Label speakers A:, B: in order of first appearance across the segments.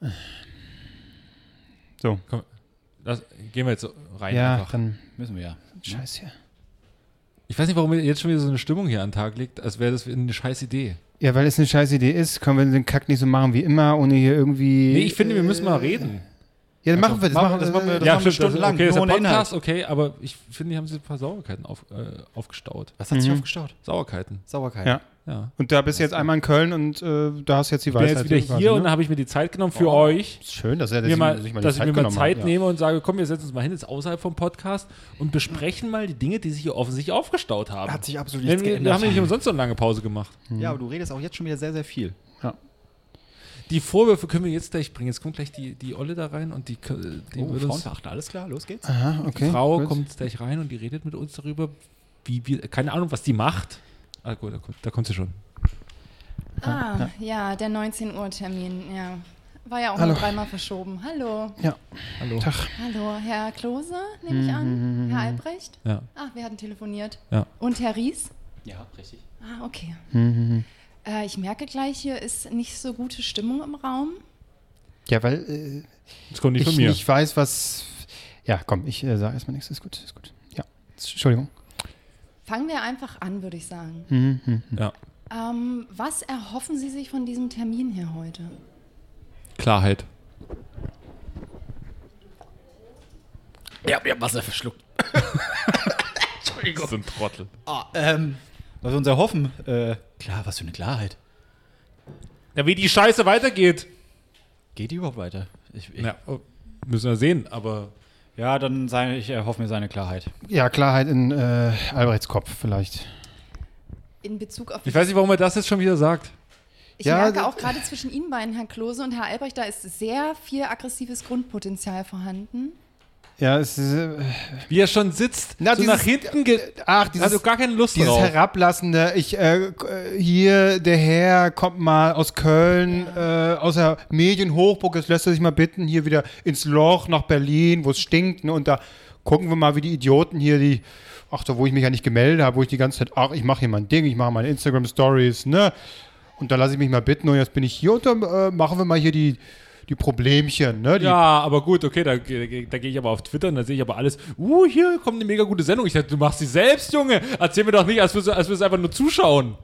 A: So.
B: Komm, gehen wir jetzt rein
A: Ja,
B: einfach.
A: dann
C: Müssen wir ja.
A: Scheiß hier.
B: Ich weiß nicht, warum jetzt schon wieder so eine Stimmung hier an den Tag liegt, als wäre das eine scheiß Idee.
A: Ja, weil es eine scheiß Idee ist, können wir den Kack nicht so machen wie immer, ohne hier irgendwie...
B: Nee, ich finde, wir müssen mal reden.
A: Ja, dann machen wir das.
C: machen wir das.
B: Ja,
C: machen wir
B: stimmt,
C: stundenlang,
B: okay, das ist
C: nur
B: der
C: ohne
B: Podcast,
C: Inhalt.
B: okay, aber ich finde, die haben sich ein paar Sauerkeiten aufgestaut.
C: Was hat sich aufgestaut?
B: Sauerkeiten.
C: Sauerkeit.
A: Ja.
B: Ja.
A: Und da bist du jetzt einmal in Köln und da hast du jetzt die
B: Ich bin
A: Weisheit.
B: jetzt wieder
A: quasi,
B: hier
A: ne?
B: und dann habe ich mir die Zeit genommen für euch,
A: Ist schön, dass er
B: dass ich mir mal
A: genommen
B: Zeit
A: hat, ja.
B: nehme und sage, komm, wir setzen uns mal hin, jetzt außerhalb vom Podcast und besprechen mal die Dinge, die sich hier offensichtlich aufgestaut haben.
C: Hat sich absolut
B: Denn
C: nichts
B: wir
C: geändert.
B: haben nicht umsonst so eine lange Pause gemacht.
C: Ja, aber du redest auch jetzt schon wieder sehr, sehr viel.
B: Die Vorwürfe können wir jetzt gleich bringen. Jetzt kommt gleich die Olle da rein und die
C: Oh,
B: wird uns,
C: Frauenverachten, alles klar, los geht's.
A: Aha, okay.
B: die Frau
A: gut.
B: kommt jetzt gleich rein und die redet mit uns darüber, wie wir, keine Ahnung, was die macht. Ah gut, da kommt sie schon.
D: Ja, der 19 Uhr Termin, ja. War ja auch
A: Hallo.
D: nur 3-mal verschoben. Hallo.
A: Ja,
B: Hallo.
A: Tag.
D: Hallo, Herr Klose, nehme ich an. Herr Albrecht?
B: Ja.
D: Ach, wir hatten telefoniert.
B: Ja.
D: Und Herr Ries?
C: Ja, richtig.
D: Ah, okay. Ich merke gleich, hier ist nicht so gute Stimmung im Raum.
A: Ja, weil
B: Das kommt nicht
A: ich
B: von mir.
A: nicht weiß, was... Ja, komm, ich sage erstmal nichts. Ist gut, ist gut. Ja, Entschuldigung.
D: Fangen wir einfach an, würde ich sagen.
B: Ja.
D: Was erhoffen Sie sich von diesem Termin hier heute?
B: Klarheit.
C: Ja, Wasser verschluckt. Entschuldigung.
B: Das sind Trottel.
C: Was wir uns erhoffen, klar, was für eine Klarheit.
B: Ja, wie die Scheiße weitergeht.
C: Geht die überhaupt weiter?
B: Ja, müssen wir sehen, aber
C: Ja, dann ich erhoffe mir seine Klarheit.
A: Ja, Klarheit in Albrechts Kopf vielleicht.
D: In Bezug auf...
B: ich weiß nicht, warum er das jetzt schon wieder sagt.
D: Ich
A: Ja,
D: merke auch gerade zwischen Ihnen beiden, Herr Klose und Herr Albrecht, da ist sehr viel aggressives Grundpotenzial vorhanden.
A: Ja, es ist...
B: Wie er schon sitzt,
A: Na,
B: so
A: dieses-
B: nach hinten geht.
A: Ach, dieses,
B: Also gar keine Lust
A: dieses
B: drauf.
A: herablassende, hier, der Herr kommt mal aus Köln, aus der Medienhochburg, jetzt lässt er sich mal bitten, hier wieder ins Loch nach Berlin, wo es stinkt, ne, und da gucken wir mal, wie die Idioten hier, da wo ich mich ja nicht gemeldet habe, wo ich die ganze Zeit, ich mache hier mein Ding, ich mache meine Instagram-Stories, ne, und da lasse ich mich mal bitten, und jetzt bin ich hier, und dann machen wir mal hier die Problemchen, ne, die
B: Ja, aber gut, okay, da gehe ich aber auf Twitter und da sehe ich aber alles, hier kommt eine mega gute Sendung. Ich dachte, du machst sie selbst, Junge. Erzähl mir doch nicht, als würdest du einfach nur zuschauen.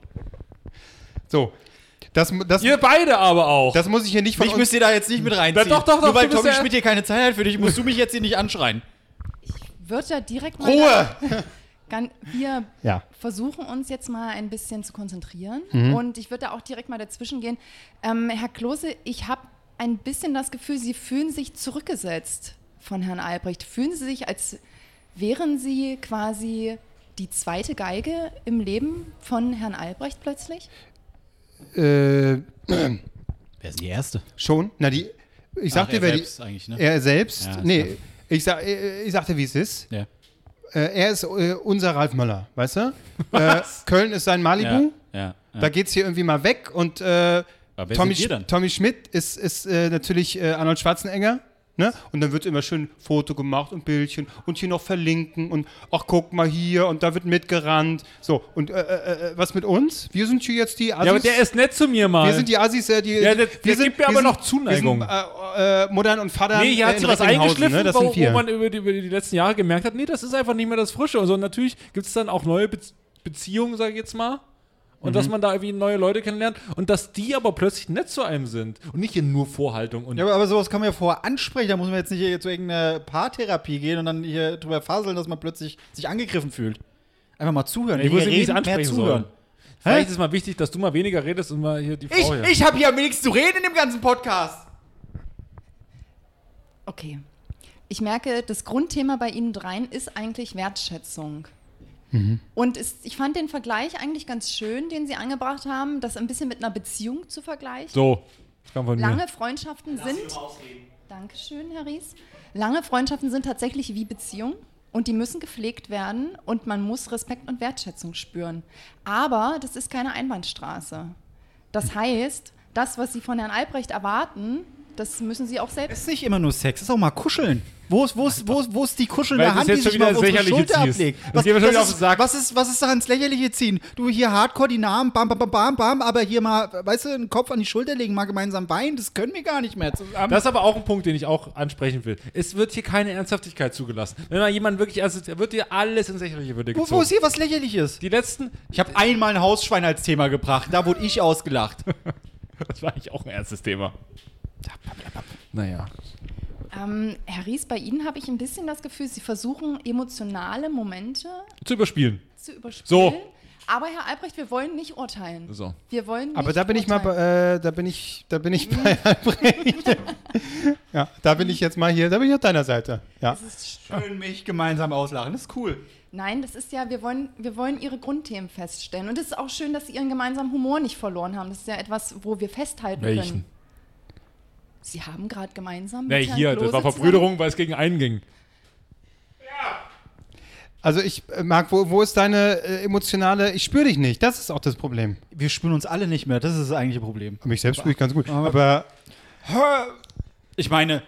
A: so, das
B: Ihr beide aber auch.
A: das muss ich hier nicht von
C: Ich
A: uns...
C: müsste dir da jetzt nicht mit reinziehen.
B: Na, doch,
C: Nur weil
B: du bist
C: Tommy
B: ja-
C: Schmidt hier keine Zeit hat für dich, musst du mich jetzt hier nicht anschreien.
D: Wird da direkt mal...
A: Ruhe!
D: Wir
A: Ja.
D: versuchen uns jetzt mal ein bisschen zu konzentrieren und ich würde da auch direkt mal dazwischen gehen. Herr Klose, ich habe ein bisschen das Gefühl, Sie fühlen sich zurückgesetzt von Herrn Albrecht. Fühlen Sie sich, als wären Sie quasi die zweite Geige im Leben von Herrn Albrecht plötzlich?
C: Wer ist die Erste?
A: Schon? Na, ich sag dir, wer die...
C: eigentlich, ne?
A: Er selbst?
C: Ja, ist
A: Nee, ich sag dir, wie es ist.
C: Ja.
A: Er ist unser Ralf Möller, weißt du? Köln ist sein Malibu.
C: Ja.
A: Da geht's hier irgendwie mal weg. Und
C: Aber wer
A: Tommy,
C: sind wir dann?
A: Tommy Schmidt ist natürlich Arnold Schwarzenegger. Ne? Und dann wird immer schön Foto gemacht und Bildchen und hier noch verlinken und ach, guck mal hier und da wird mitgerannt. So, und was mit uns? Wir sind hier jetzt die Assis.
B: ja, aber der ist nett zu mir mal.
A: wir sind die Assis,
B: Ja, der gibt mir aber noch Zuneigung.
A: Wir sind, Muttern und Vater.
B: Nee, hier hat sie was
A: Recklinghausen,
B: eingeschliffen,
A: ne? Das
B: wo
A: sind wir.
B: man über die letzten Jahre gemerkt hat, nee, das ist einfach nicht mehr das Frische. Und so, natürlich gibt es dann auch neue Beziehungen, sage ich jetzt mal. Und dass man da irgendwie neue Leute kennenlernt. Und dass die aber plötzlich nett zu einem sind. Und nicht hier nur Vorhaltung. Und
C: Ja, aber sowas kann man ja vorher ansprechen. Da muss man jetzt nicht hier zu irgendeiner Paartherapie gehen und dann hier drüber faseln, dass man plötzlich sich angegriffen fühlt. Einfach mal zuhören.
B: ich wusste nicht, wie ich es
C: mehr
B: ansprechen soll. Vielleicht ist es mal wichtig, dass du mal weniger redest und mal hier die Frau hier.
C: Ich habe hier am wenigsten zu reden in dem ganzen Podcast.
D: Okay. Ich merke, das Grundthema bei Ihnen dreien ist eigentlich Wertschätzung. Und ich fand den Vergleich eigentlich ganz schön, den Sie angebracht haben, das ein bisschen mit einer Beziehung zu vergleichen.
B: So, das kam von mir.
D: Lange Freundschaften sind... Dankeschön, Herr Ries. Lange Freundschaften sind tatsächlich wie Beziehungen und die müssen gepflegt werden und man muss Respekt und Wertschätzung spüren. Aber das ist keine Einbahnstraße. Das heißt, das, was Sie von Herrn Albrecht erwarten, das müssen Sie auch
C: Es
D: selbst...
C: ist nicht immer nur Sex, es ist auch mal Kuscheln. Wo ist die kuschelnde
B: Weil das
C: Hand, die
B: jetzt schon
C: sich mal
B: wieder
C: auf unsere
B: ins Lächerliche
C: Schulter
B: ziehst.
C: ablegt?
B: Das geht mir schon wieder auf den Sack.
C: Was ist daran ins Lächerliche ziehen? Du hier hardcore die Namen, bam, bam, bam, bam, bam, aber hier mal, weißt du, einen Kopf an die Schulter legen, mal gemeinsam weinen, das können wir gar nicht mehr zusammen.
B: Das ist aber auch ein Punkt, den ich auch ansprechen will. Es wird hier keine Ernsthaftigkeit zugelassen. Wenn man jemanden wirklich ernst nimmt, wird dir alles ins Lächerliche gezogen.
C: Wo ist hier was Lächerliches?
B: Die letzten,
C: Ich habe einmal ein Hausschwein als Thema gebracht, da wurde ich ausgelacht.
B: das war eigentlich auch ein ernstes Thema. Naja.
D: Herr Ries, bei Ihnen habe ich ein bisschen das Gefühl, Sie versuchen emotionale Momente
B: Zu überspielen.
D: zu überspielen.
B: So.
D: Aber Herr Albrecht, wir wollen nicht urteilen.
B: So.
D: Wir wollen nicht
A: Aber da bin ich mal,
D: urteilen.
A: da bin ich bei Albrecht. Ja, da bin ich jetzt mal hier, da bin ich auf deiner Seite. Ja.
D: Es ist
C: Schön mich gemeinsam auslachen, das ist cool.
D: Nein, das ist ja, wir wollen Ihre Grundthemen feststellen. Und es ist auch schön, dass Sie Ihren gemeinsamen Humor nicht verloren haben. Das ist ja etwas, wo wir festhalten
B: Welchen?
D: können. Sie haben gerade gemeinsam
B: Nee,
D: mit Herrn
B: hier, das
D: Klose
B: war Verbrüderung, weil es gegen einen ging.
A: Also ich, Marc, wo ist deine emotionale, ich spüre dich nicht, das ist auch das Problem.
C: Wir spüren uns alle nicht mehr, das ist das eigentliche Problem.
A: Mich selbst spüre ich ganz gut, aber
C: Ich meine,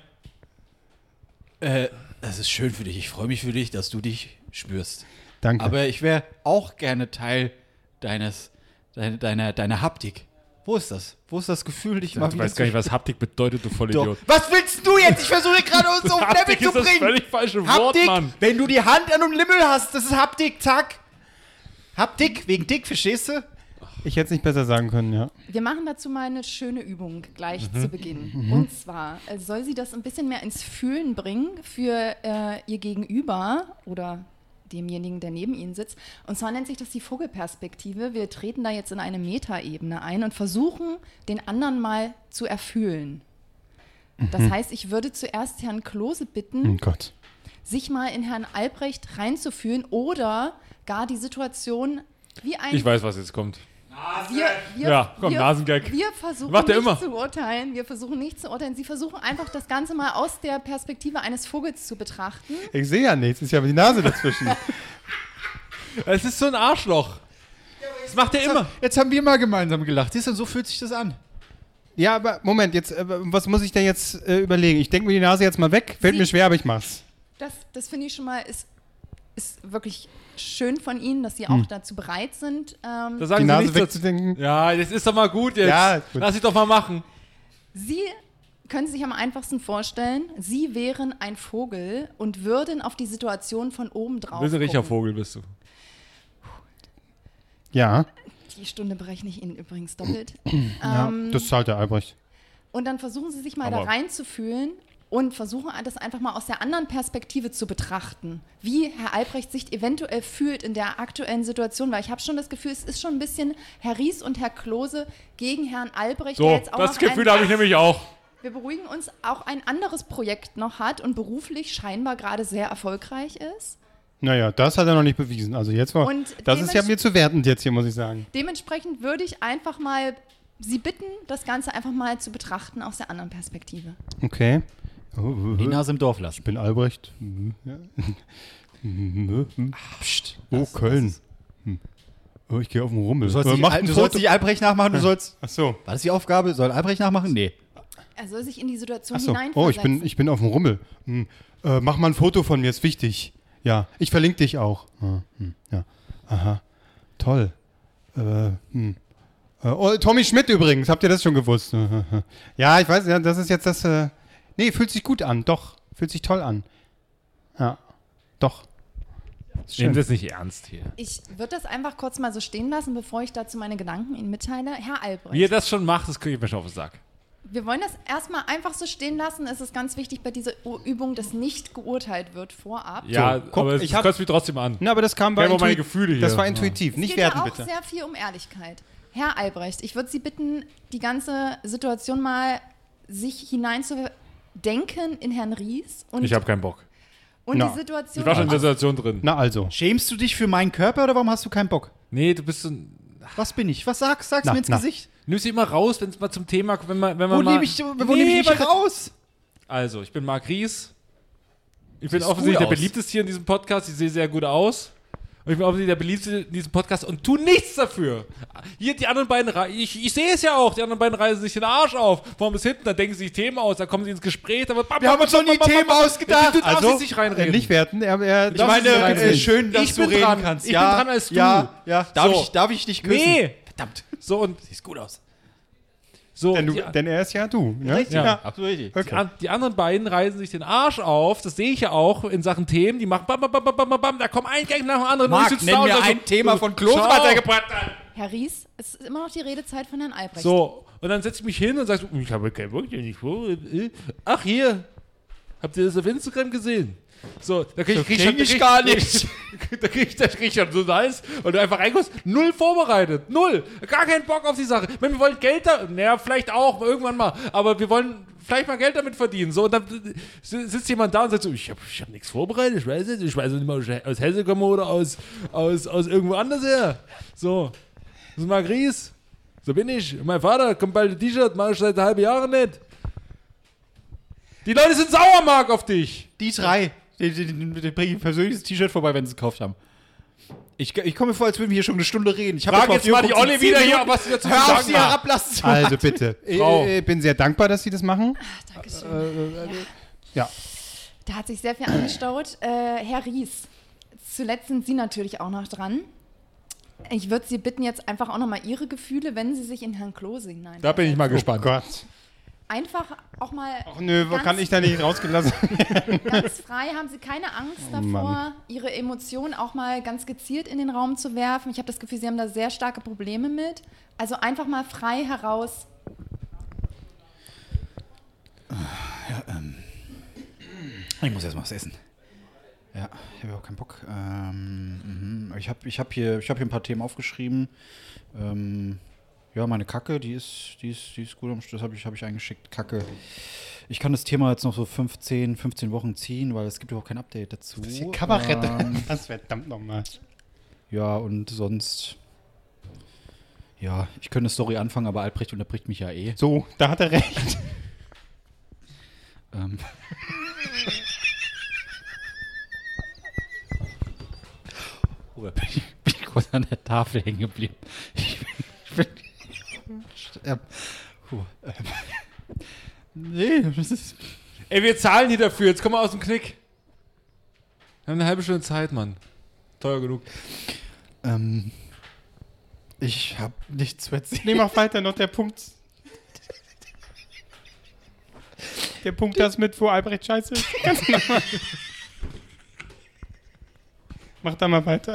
C: das ist schön für dich, ich freue mich für dich, dass du dich spürst.
A: danke.
C: Aber ich wäre auch gerne Teil deiner Haptik. Wo ist das? Wo ist das Gefühl, dich mal
B: Du
C: wieder
B: weißt gar nicht, was Haptik bedeutet, du
C: Doch.
B: Vollidiot.
C: Was willst du jetzt? Ich versuche gerade uns auf ein Level
B: Haptik
C: zu
B: ist das
C: bringen.
B: völlig falsche Wort,
C: Haptik,
B: Mann.
C: wenn du die Hand an einem Limmel hast, das ist Haptik, zack. Haptik, wegen dick, verstehst du?
A: Ich hätte es nicht besser sagen können, ja.
D: Wir machen dazu mal eine schöne Übung gleich zu Beginn. Und zwar soll sie das ein bisschen mehr ins Fühlen bringen für ihr Gegenüber oder demjenigen, der neben ihnen sitzt. Und zwar nennt sich das die Vogelperspektive. Wir treten da jetzt in eine Metaebene ein und versuchen, den anderen mal zu erfühlen. Das heißt, ich würde zuerst Herrn Klose bitten,
A: Oh Gott.
D: sich mal in Herrn Albrecht reinzufühlen oder gar die Situation wie ein...
B: Ich weiß, was jetzt kommt. Ja, komm, Nasengag.
D: Wir versuchen
B: Macht er
D: nicht
B: immer.
D: zu urteilen. Wir versuchen nicht zu urteilen. Sie versuchen einfach das Ganze mal aus der Perspektive eines Vogels zu betrachten.
A: Ich sehe ja nichts, ist ja die Nase dazwischen.
B: Es ist so ein Arschloch. Das macht er immer.
C: Jetzt haben wir mal gemeinsam gelacht. Siehst du, so fühlt sich das an.
A: Ja, aber Moment, jetzt, was muss ich denn jetzt überlegen? Ich denke mir die Nase jetzt mal weg, fällt
D: Sie-
A: mir schwer, aber ich mach's.
D: Das finde ich schon mal, ist wirklich schön von Ihnen, dass Sie auch dazu bereit sind.
B: Da
A: Die
B: sagen sie
A: Nase
B: nichts dazu.
A: wegzudenken.
B: Ja, das ist doch mal gut jetzt.
A: Ja, ist gut.
B: Lass ich doch mal machen.
D: Sie können sich am einfachsten vorstellen, Sie wären ein Vogel und würden auf die Situation von oben drauf
B: Du bist ein richtiger
D: gucken.
B: Vogel, bist du.
A: Ja,
D: Die Stunde berechne ich Ihnen übrigens doppelt.
A: ja, das zahlt der Albrecht.
D: Und dann versuchen Sie sich mal
B: Aber-
D: da reinzufühlen und versuchen das einfach mal aus der anderen Perspektive zu betrachten, wie Herr Albrecht sich eventuell fühlt in der aktuellen Situation, weil ich habe schon das Gefühl, es ist schon ein bisschen Herr Ries und Herr Klose gegen Herrn Albrecht, der
B: So,
D: jetzt auch
B: das
D: noch
B: Gefühl habe ich nämlich auch.
D: wir beruhigen uns, auch ein anderes Projekt noch hat und beruflich scheinbar gerade sehr erfolgreich ist.
A: Naja, das hat er noch nicht bewiesen. Also jetzt war,
D: Und
A: das ist ja mir zu wertend jetzt hier, muss ich sagen.
D: Dementsprechend würde ich einfach mal Sie bitten, das Ganze einfach mal zu betrachten aus der anderen Perspektive.
A: Okay.
C: Die Nase im Dorf lassen.
A: Ich bin Albrecht. Ja.
C: Psst.
A: Oh, Köln. Oh, ich gehe auf den Rummel.
C: Du sollst,
A: Macht ein
C: du sollst
A: Foto.
C: nicht Albrecht nachmachen, du sollst...
A: Ach so.
C: War das die Aufgabe? Soll Albrecht nachmachen? Nee.
D: Er soll sich in die Situation
A: Ach so.
D: hineinversetzen.
A: Oh, ich bin auf dem Rummel. Mach mal ein Foto von mir, ist wichtig. Ja, ich verlinke dich auch. Ja. Aha. Toll. Oh, Tommy Schmidt übrigens, habt ihr das schon gewusst? Ja, ich weiß, ja, das ist jetzt das. Nee, fühlt sich gut an, doch. Fühlt sich toll an. Ja, doch. Ist
B: Nehmen
A: schön.
B: Sie es nicht ernst hier.
D: Ich würde das einfach kurz mal so stehen lassen, bevor ich dazu meine Gedanken Ihnen mitteile. Herr Albrecht,
B: Wie ihr das schon macht, das kriege ich mir schon auf den Sack.
D: wir wollen das erstmal einfach so stehen lassen. Es ist ganz wichtig bei dieser Übung, dass nicht geurteilt wird vorab.
B: Ja,
A: guck,
B: aber es
A: ich hab-
B: kotzt mich trotzdem an.
A: Na, aber das kam bei
B: Kenn mal meine
A: intuit-
B: Gefühle
A: Das
B: hier.
A: war intuitiv.
D: Es
A: Nicht
D: geht ja
A: werten,
D: auch
A: bitte.
D: sehr viel um Ehrlichkeit. Herr Albrecht, ich würde Sie bitten, die ganze Situation mal sich hineinzudenken in Herrn Ries und,
B: Ich habe keinen Bock.
D: und
A: Na,
D: die Situation
B: Ich war schon in der
D: aus-
B: Situation drin.
A: Na also.
C: Schämst du dich für meinen Körper oder warum hast du keinen Bock?
B: Nee, du bist so ein...
C: Was bin ich? Was sagst
A: Na,
C: mir ins
A: na.
C: Gesicht?
B: Nimmst du immer raus, wenn es mal zum Thema kommt, wenn man
C: Wo
B: mal...
C: nehme ich mich
B: weil-
C: raus?
B: Also, ich bin Marc Ries. Ich bin
C: Siehst
B: offensichtlich
C: gut
B: der
C: aus.
B: beliebteste hier in diesem Podcast. Ich sehe sehr gut aus. Und ich bin offensichtlich der Beliebteste in diesem Podcast und tu nichts dafür. Hier die anderen beiden, ich sehe es ja auch, die anderen beiden reißen sich den Arsch auf. Vorne bis hinten, da denken sie sich Themen aus, da kommen sie ins Gespräch. Da wird
C: Wir haben uns noch nie Themen ausgedacht.
B: Du darfst nicht reinreden.
A: Nicht werten.
C: Ich meine, schön, dass
B: Ich
C: du
B: bin
C: reden
B: dran.
C: kannst.
B: Ich bin dran als du.
C: Ja.
B: So.
C: Darf ich dich küssen?
B: Nee.
C: Verdammt.
B: So, und
C: Sieht gut aus.
B: so,
A: Denn er ist ja du. Ne?
C: Richtig.
B: Ja.
C: Absolut richtig.
A: Okay.
B: die anderen beiden reißen sich den Arsch auf, das sehe ich ja auch in Sachen Themen, die machen bam, bam, bam, bam, bam, bam, da kommt ein Gang nach dem anderen.
C: Marc,
B: und ich sitz
C: nenn
B: da und
C: mir
B: sag so,
C: ein Thema von Klose,
B: schau.
C: was er gebracht hat.
D: Herr Ries, es ist immer noch die Redezeit von Herrn Albrecht.
B: So, und dann setze ich mich hin und sage so, ich habe kein Bock, nicht vor. Ach, hier, habt ihr das auf Instagram gesehen? So, da krieg ich
C: gar nicht.
B: Da krieg ich dann so nice und du einfach reinkommst, null vorbereitet, null, gar keinen Bock auf die Sache. Wenn wir wollen Geld da, naja, vielleicht auch, irgendwann mal, aber wir wollen vielleicht mal Geld damit verdienen. So, und dann sitzt jemand da und sagt so, ich hab nichts vorbereitet, ich weiß nicht mal, ob ich aus Hesse komme oder aus irgendwo anders her. So, das ist Marc Ries, so bin ich. Und mein Vater kommt bald ein T-Shirt, mach ich seit einem halben Jahr nicht. Die Leute sind sauer, Marc, auf dich.
C: Die drei. Die bringen ein persönliches T-Shirt vorbei, wenn sie es gekauft haben. Ich komme mir vor, als würden wir hier schon eine Stunde reden. Ich
B: Frag jetzt mal die Olle wieder hier, was sie dazu zu
C: Hör auf,
B: sagen
C: sie
B: hat.
C: herablassen zu
A: Also bitte.
B: Frau.
A: Ich bin sehr dankbar, dass Sie das machen.
D: Dankeschön.
A: Ja.
D: Da hat sich sehr viel angestaut. Herr Ries, zuletzt sind Sie natürlich auch noch dran. Ich würde Sie bitten, jetzt einfach auch nochmal Ihre Gefühle, wenn Sie sich in Herrn Klose hinein.
B: Da bin ich mal
A: Oh
B: gespannt.
A: Gott.
D: Einfach auch mal
A: Ach nö,
D: ganz,
A: kann ich da nicht rausgelassen?
D: ganz frei, haben Sie keine Angst davor,
A: Mann.
D: Ihre Emotionen auch mal ganz gezielt in den Raum zu werfen. Ich habe das Gefühl, Sie haben da sehr starke Probleme mit. Also einfach mal frei heraus.
C: Ich muss erst mal was essen. Ja, ich habe auch keinen Bock. Ich hab hier ein paar Themen aufgeschrieben. Ja, meine Kacke, die ist gut am Schluss, habe ich eingeschickt. Kacke. Ich kann das Thema jetzt noch so 15 Wochen ziehen, weil es gibt überhaupt kein Update dazu.
A: Das ist Kabarett. Das verdammt nochmal.
C: Ja, und sonst. Ja, ich könnte eine Story anfangen, aber Albrecht unterbricht mich ja eh.
A: So, da hat er recht.
C: Bin ich kurz an der Tafel hängen geblieben. Nee, das ist.
B: Ey, wir zahlen die dafür, jetzt kommen wir aus dem Knick. Wir haben eine halbe Stunde Zeit, Mann. Teuer genug.
C: Ich hab nichts zu erzählen.
A: Nee, mach weiter, noch der Punkt. Der Punkt, das mit, wo Albrecht scheiße ist. Ganz normal. Mach da mal weiter.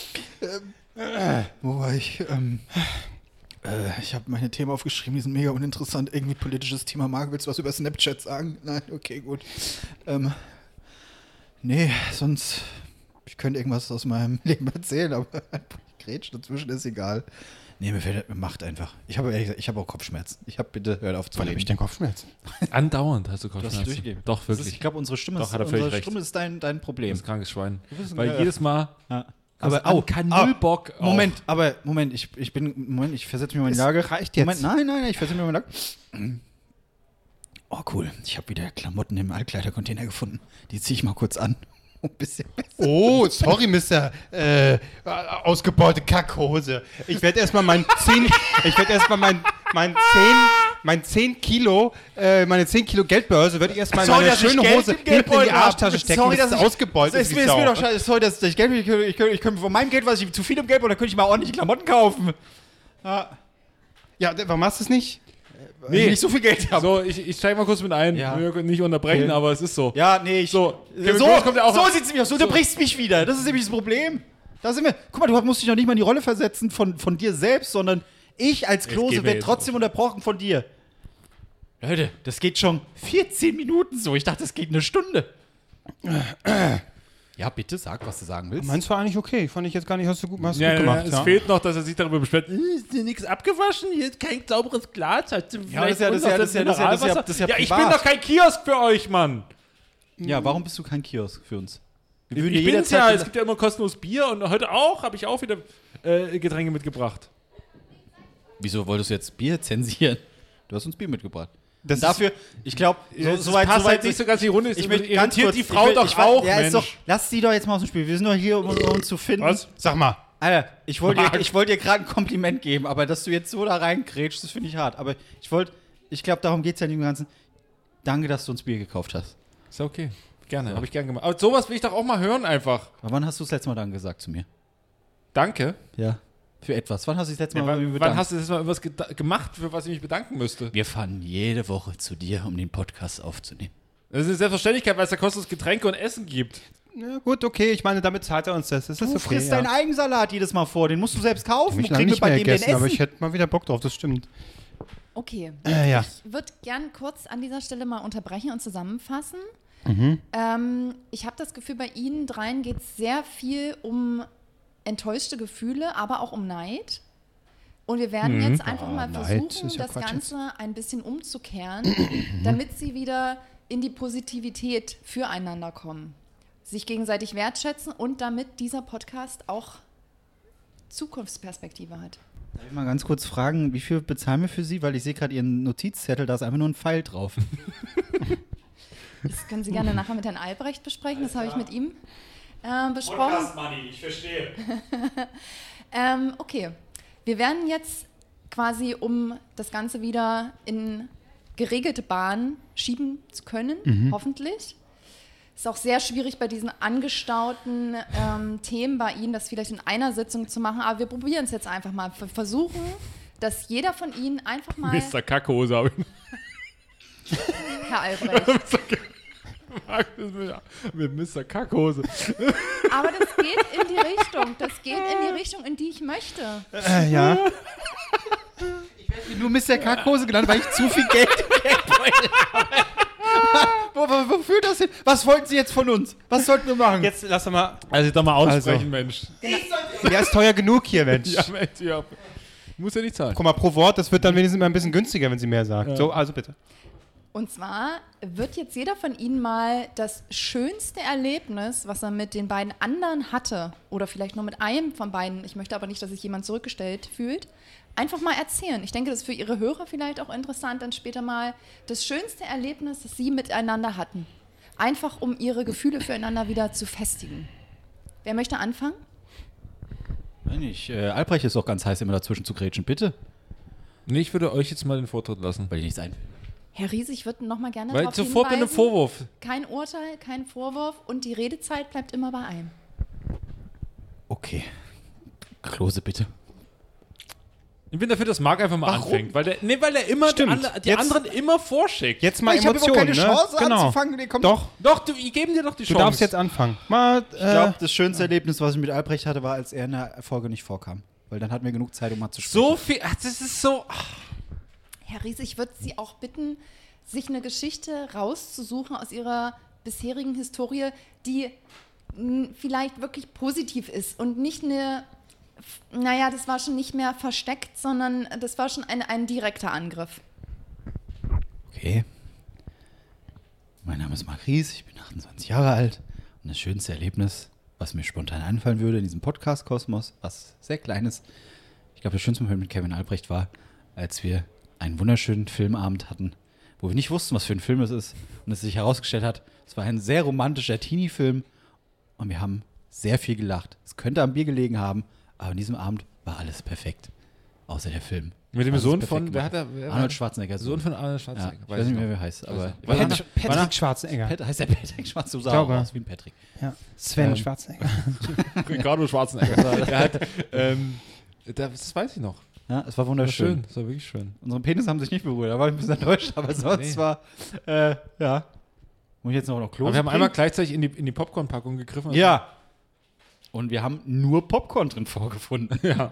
C: Wo war ich? Ich habe meine Themen aufgeschrieben, die sind mega uninteressant. Irgendwie politisches Thema. Marc, willst du was über Snapchat sagen? Nein, okay, gut. Nee, sonst. Ich könnte irgendwas aus meinem Leben erzählen, aber Grätsch dazwischen ist egal. Nee, macht einfach. Ich habe ehrlich gesagt, ich habe auch Kopfschmerzen. Bitte hört auf zu
A: Wann habe ich denn Kopfschmerzen?
B: Andauernd hast du
C: Du hast
B: Kopfschmerzen.
C: durchgegeben.
B: Doch, wirklich.
C: Ich glaube, unsere Stimme
B: Doch, hat er völlig recht.
C: ist dein Problem.
B: Das ist ein krankes Schwein.
C: bist ein
B: Weil
C: Geier.
B: jedes Mal
C: Ja.
B: aber
C: Aber
B: kein null Bock auf.
C: Moment, ich versetze mich mal in die Lage.
A: reicht jetzt.
C: Moment, nein, ich versetze mich mal in die Lage. Oh, cool. Ich habe wieder Klamotten im Altkleidercontainer gefunden. Die ziehe ich mal kurz an. Ein bisschen besser.
A: Oh, sorry, Mr. Ausgebaute Kackhose. Ich werde erstmal meine 10 Kilo Geldbörse, würde ich erstmal in
C: Sorry,
A: meine
C: dass ich
A: schöne
C: Geld
A: Hose
C: im
A: hinten in
C: Geldbeutel
A: die Arschtasche
C: hab.
A: stecken.
C: Sorry,
A: das
C: dass
A: ist
C: ich-
A: ausgebeutet.
C: Es ist mir doch scheiße. Sorry, dass ich Geld, ich könnte von meinem Geld, was ich zu viel im Geldbeutel, da könnte ich mal ordentlich Klamotten kaufen.
A: Ja, warum machst du es nicht?
C: Weil ich nicht so viel Geld habe.
B: So, ich steige mal kurz mit ein.
C: Ja.
B: Wir können nicht unterbrechen,
C: Okay.
B: aber es ist so.
C: Ja, nee, ich.
B: So, Kevin
C: so
B: Klose kommt ja auch
C: so sieht es nämlich aus. Du unterbrichst mich wieder. Das ist nämlich das Problem. Da sind wir. Guck mal, du musst dich noch nicht mal in die Rolle versetzen von dir selbst, sondern ich als Klose
B: gehen wir
C: werde
B: jetzt
C: trotzdem unterbrochen von dir. Leute, das geht schon 14 Minuten so. Ich dachte, das geht eine Stunde. Ja, bitte, sag, was du sagen willst.
A: Meins war eigentlich okay. Fand ich jetzt gar nicht, hast du gut gemacht.
B: Es fehlt noch, dass er sich darüber beschwert, ist dir nichts abgewaschen? Hier ist kein sauberes Glas. Hast du vielleicht
C: das ist ja
B: Mineralwasser?
C: das ist ja
B: ich bin
C: privat.
B: doch kein Kiosk für euch, Mann.
C: Ja, warum bist du kein Kiosk für uns?
B: Ich bin's ja, es gibt ja immer kostenlos Bier und heute auch, habe ich auch wieder Getränke mitgebracht.
C: Wieso wolltest du jetzt Bier zensieren? Du hast uns Bier mitgebracht.
A: Das
C: Und dafür, ich glaube,
B: Soweit nicht so ganz die Runde.
C: Ich möchte ganz kurz,
B: die Frau doch auch,
C: ja,
B: Mensch.
C: lass die doch jetzt mal aus dem Spiel. Wir sind doch hier, um uns zu finden.
B: Was?
A: Sag mal.
C: Alter, ich wollte dir gerade ein Kompliment geben, aber dass du jetzt so da reingrätschst, das finde ich hart. Aber ich glaube, darum geht es ja in dem Ganzen. Danke, dass du uns Bier gekauft hast.
B: Ist okay. Gerne, habe ich gern gemacht. Aber sowas will ich doch auch mal hören einfach.
C: Aber wann hast du das letzte Mal dann gesagt zu mir?
B: Danke.
C: Ja. Für etwas. Wann hast du das letzte Mal
B: Wann hast du das mal irgendwas gemacht, für was ich mich bedanken müsste?
C: Wir fahren jede Woche zu dir, um den Podcast aufzunehmen.
B: Das ist eine Selbstverständlichkeit, weil es da kostenlos Getränke und Essen gibt.
A: Ja, gut, okay, ich meine, damit zahlt er uns das. Das ist
C: Du
A: okay.
C: frisst deinen Eigensalat jedes Mal vor, den musst du selbst kaufen.
A: Ich
C: Wo
A: habe
C: kriegen wir
A: nicht
C: bei
A: mehr
C: dem denn
A: gegessen, aber
C: Essen?
A: ich hätte mal wieder Bock drauf, das stimmt.
D: Okay.
A: Ja.
D: Ich würde gern kurz an dieser Stelle mal unterbrechen und zusammenfassen. Ich habe das Gefühl, bei Ihnen dreien geht es sehr viel um enttäuschte Gefühle, aber auch um Neid. Und wir werden jetzt einfach mal
A: Neid
D: versuchen,
A: ist ja
D: das
A: Quatsch
D: Ganze ein bisschen umzukehren, damit Sie wieder in die Positivität füreinander kommen, sich gegenseitig wertschätzen und damit dieser Podcast auch Zukunftsperspektive hat.
C: Darf ich mal ganz kurz fragen, wie viel bezahlen wir für Sie? Weil ich sehe gerade Ihren Notizzettel, da ist einfach nur ein Pfeil drauf.
D: Das können Sie gerne nachher mit Herrn Albrecht besprechen, das habe ich mit ihm besprochen.
B: Money, ich verstehe.
D: Okay, wir werden jetzt quasi, um das Ganze wieder in geregelte Bahnen schieben zu können, hoffentlich. Ist auch sehr schwierig bei diesen angestauten Themen bei Ihnen, das vielleicht in einer Sitzung zu machen, aber wir probieren es jetzt einfach mal. Wir versuchen, dass jeder von Ihnen einfach mal...
B: Mr. Kackhose habe ich.
D: Herr Albrecht.
B: Mit Mr. Kackhose.
D: Aber das geht in die Richtung. Das geht in die Richtung, in die ich möchte.
A: Ja.
C: Nur Mr. Kackhose genannt, weil ich zu viel Geld im Geldbeutel habe. Wo führt das hin? Was wollten Sie jetzt von uns? Was sollten wir machen?
A: Jetzt lass doch mal.
B: Also doch mal aussprechen,
A: Also.
B: Mensch.
A: Der ist teuer genug hier, Mensch.
B: Ja, Mensch, ja. Muss ja nicht zahlen.
A: Guck mal, pro Wort, das wird dann wenigstens mal ein bisschen günstiger, wenn sie mehr sagt.
B: Ja.
A: So, also bitte.
D: Und zwar wird jetzt jeder von Ihnen mal das schönste Erlebnis, was er mit den beiden anderen hatte, oder vielleicht nur mit einem von beiden, ich möchte aber nicht, dass sich jemand zurückgestellt fühlt, einfach mal erzählen. Ich denke, das ist für Ihre Hörer vielleicht auch interessant, dann später mal das schönste Erlebnis, das Sie miteinander hatten. Einfach, um Ihre Gefühle füreinander wieder zu festigen. Wer möchte anfangen?
C: Nein, nicht. Albrecht ist auch ganz heiß, immer dazwischen zu grätschen. Bitte.
B: Nee, ich würde euch jetzt mal den Vortritt lassen.
C: Weil ich nichts einfällt.
D: Herr Riese, ich würde noch mal gerne
B: Weil
D: darauf
B: sofort mit einem
D: hinweisen,
B: Vorwurf.
D: kein Urteil, kein Vorwurf und die Redezeit bleibt immer bei einem.
C: Okay. Klose, bitte.
B: Ich bin dafür, dass Marc einfach mal anfängt. Weil der immer
A: Stimmt.
B: die
A: Jetzt-
B: anderen immer vorschickt.
A: Jetzt mal
C: Ich habe
A: Emotionen,
C: überhaupt keine
A: ne?
C: Chance
A: Genau.
C: anzufangen. Nee, komm.
A: Doch,
B: Doch, ich gebe dir doch die
A: du
B: Chance.
A: darfst jetzt anfangen. Mal,
C: Ich glaube, das schönste Erlebnis, was ich mit Albrecht hatte, war, als er in der Folge nicht vorkam. Weil dann hatten wir genug Zeit, um mal zu sprechen.
B: so viel. Ach, das ist so.
D: Herr Riese, ich würde Sie auch bitten, sich eine Geschichte rauszusuchen aus Ihrer bisherigen Historie, die vielleicht wirklich positiv ist und nicht naja, das war schon nicht mehr versteckt, sondern das war schon ein direkter Angriff.
C: Okay. Mein Name ist Marc Ries, ich bin 28 Jahre alt. Und das schönste Erlebnis, was mir spontan einfallen würde in diesem Podcast-Kosmos, was sehr klein ist, ich glaube, das schönste Moment mit Kevin Albrecht war, als wir einen wunderschönen Filmabend hatten, wo wir nicht wussten, was für ein Film es ist. Und es sich herausgestellt hat, es war ein sehr romantischer Teenie-Film und wir haben sehr viel gelacht. Es könnte am Bier gelegen haben, aber an diesem Abend war alles perfekt. Außer der Film.
B: Mit dem
C: Alles
B: Sohn
C: perfekt
B: von.
C: gemacht. Arnold Schwarzenegger.
B: Sohn von Arnold
C: Ja,
B: Schwarzenegger.
C: ich weiß nicht mehr, wie er heißt. Aber
A: Patrick Schwarzenegger.
C: heißt der Patrick Schwarzenegger? So sah
A: glaube.
C: er aus wie ein Patrick.
A: Ja. Sven Schwarzenegger.
B: Ricardo Schwarzenegger. Der hat. Das weiß ich noch.
C: Ja, es war
B: Das war
C: wunderschön.
B: schön. Das war wirklich schön.
C: Unsere Penisse haben sich nicht berührt, da war ich ein bisschen enttäuscht, aber sonst
B: Nee.
C: war, ja. Muss ich jetzt noch Klose
B: Aber wir haben
C: bringen?
B: einmal gleichzeitig in die Popcorn-Packung gegriffen.
C: Ja. Und wir haben nur Popcorn drin vorgefunden.
B: Ja.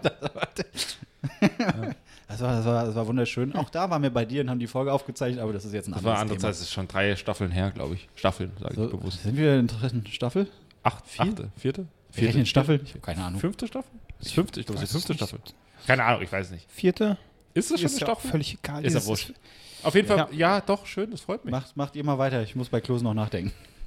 C: Das war wunderschön. Auch da waren wir bei dir und haben die Folge aufgezeichnet, aber das ist jetzt ein
B: Das war
C: anderes
B: andererseits, das ist schon 3 Staffeln her, glaube ich. Staffeln, sage
C: Thema.
B: ich bewusst.
C: Sind wir in der dritten Staffel?
B: 8, 4.
C: Wir rechnen Staffeln? Ich habe keine Ahnung.
B: 5. Staffel? Das ist 5. Ich glaube, das ist die 5. Staffel. Keine Ahnung, ich weiß nicht.
A: 4.
B: Ist das schon
A: Ist
B: eine
A: ja auch
B: Staffel?
A: völlig egal.
B: Ist ja
A: Dieses-
B: wurscht. Auf jeden Fall,
A: Ja.
B: ja, doch, schön, das freut mich.
C: Macht ihr mal weiter, ich muss bei Klose noch nachdenken.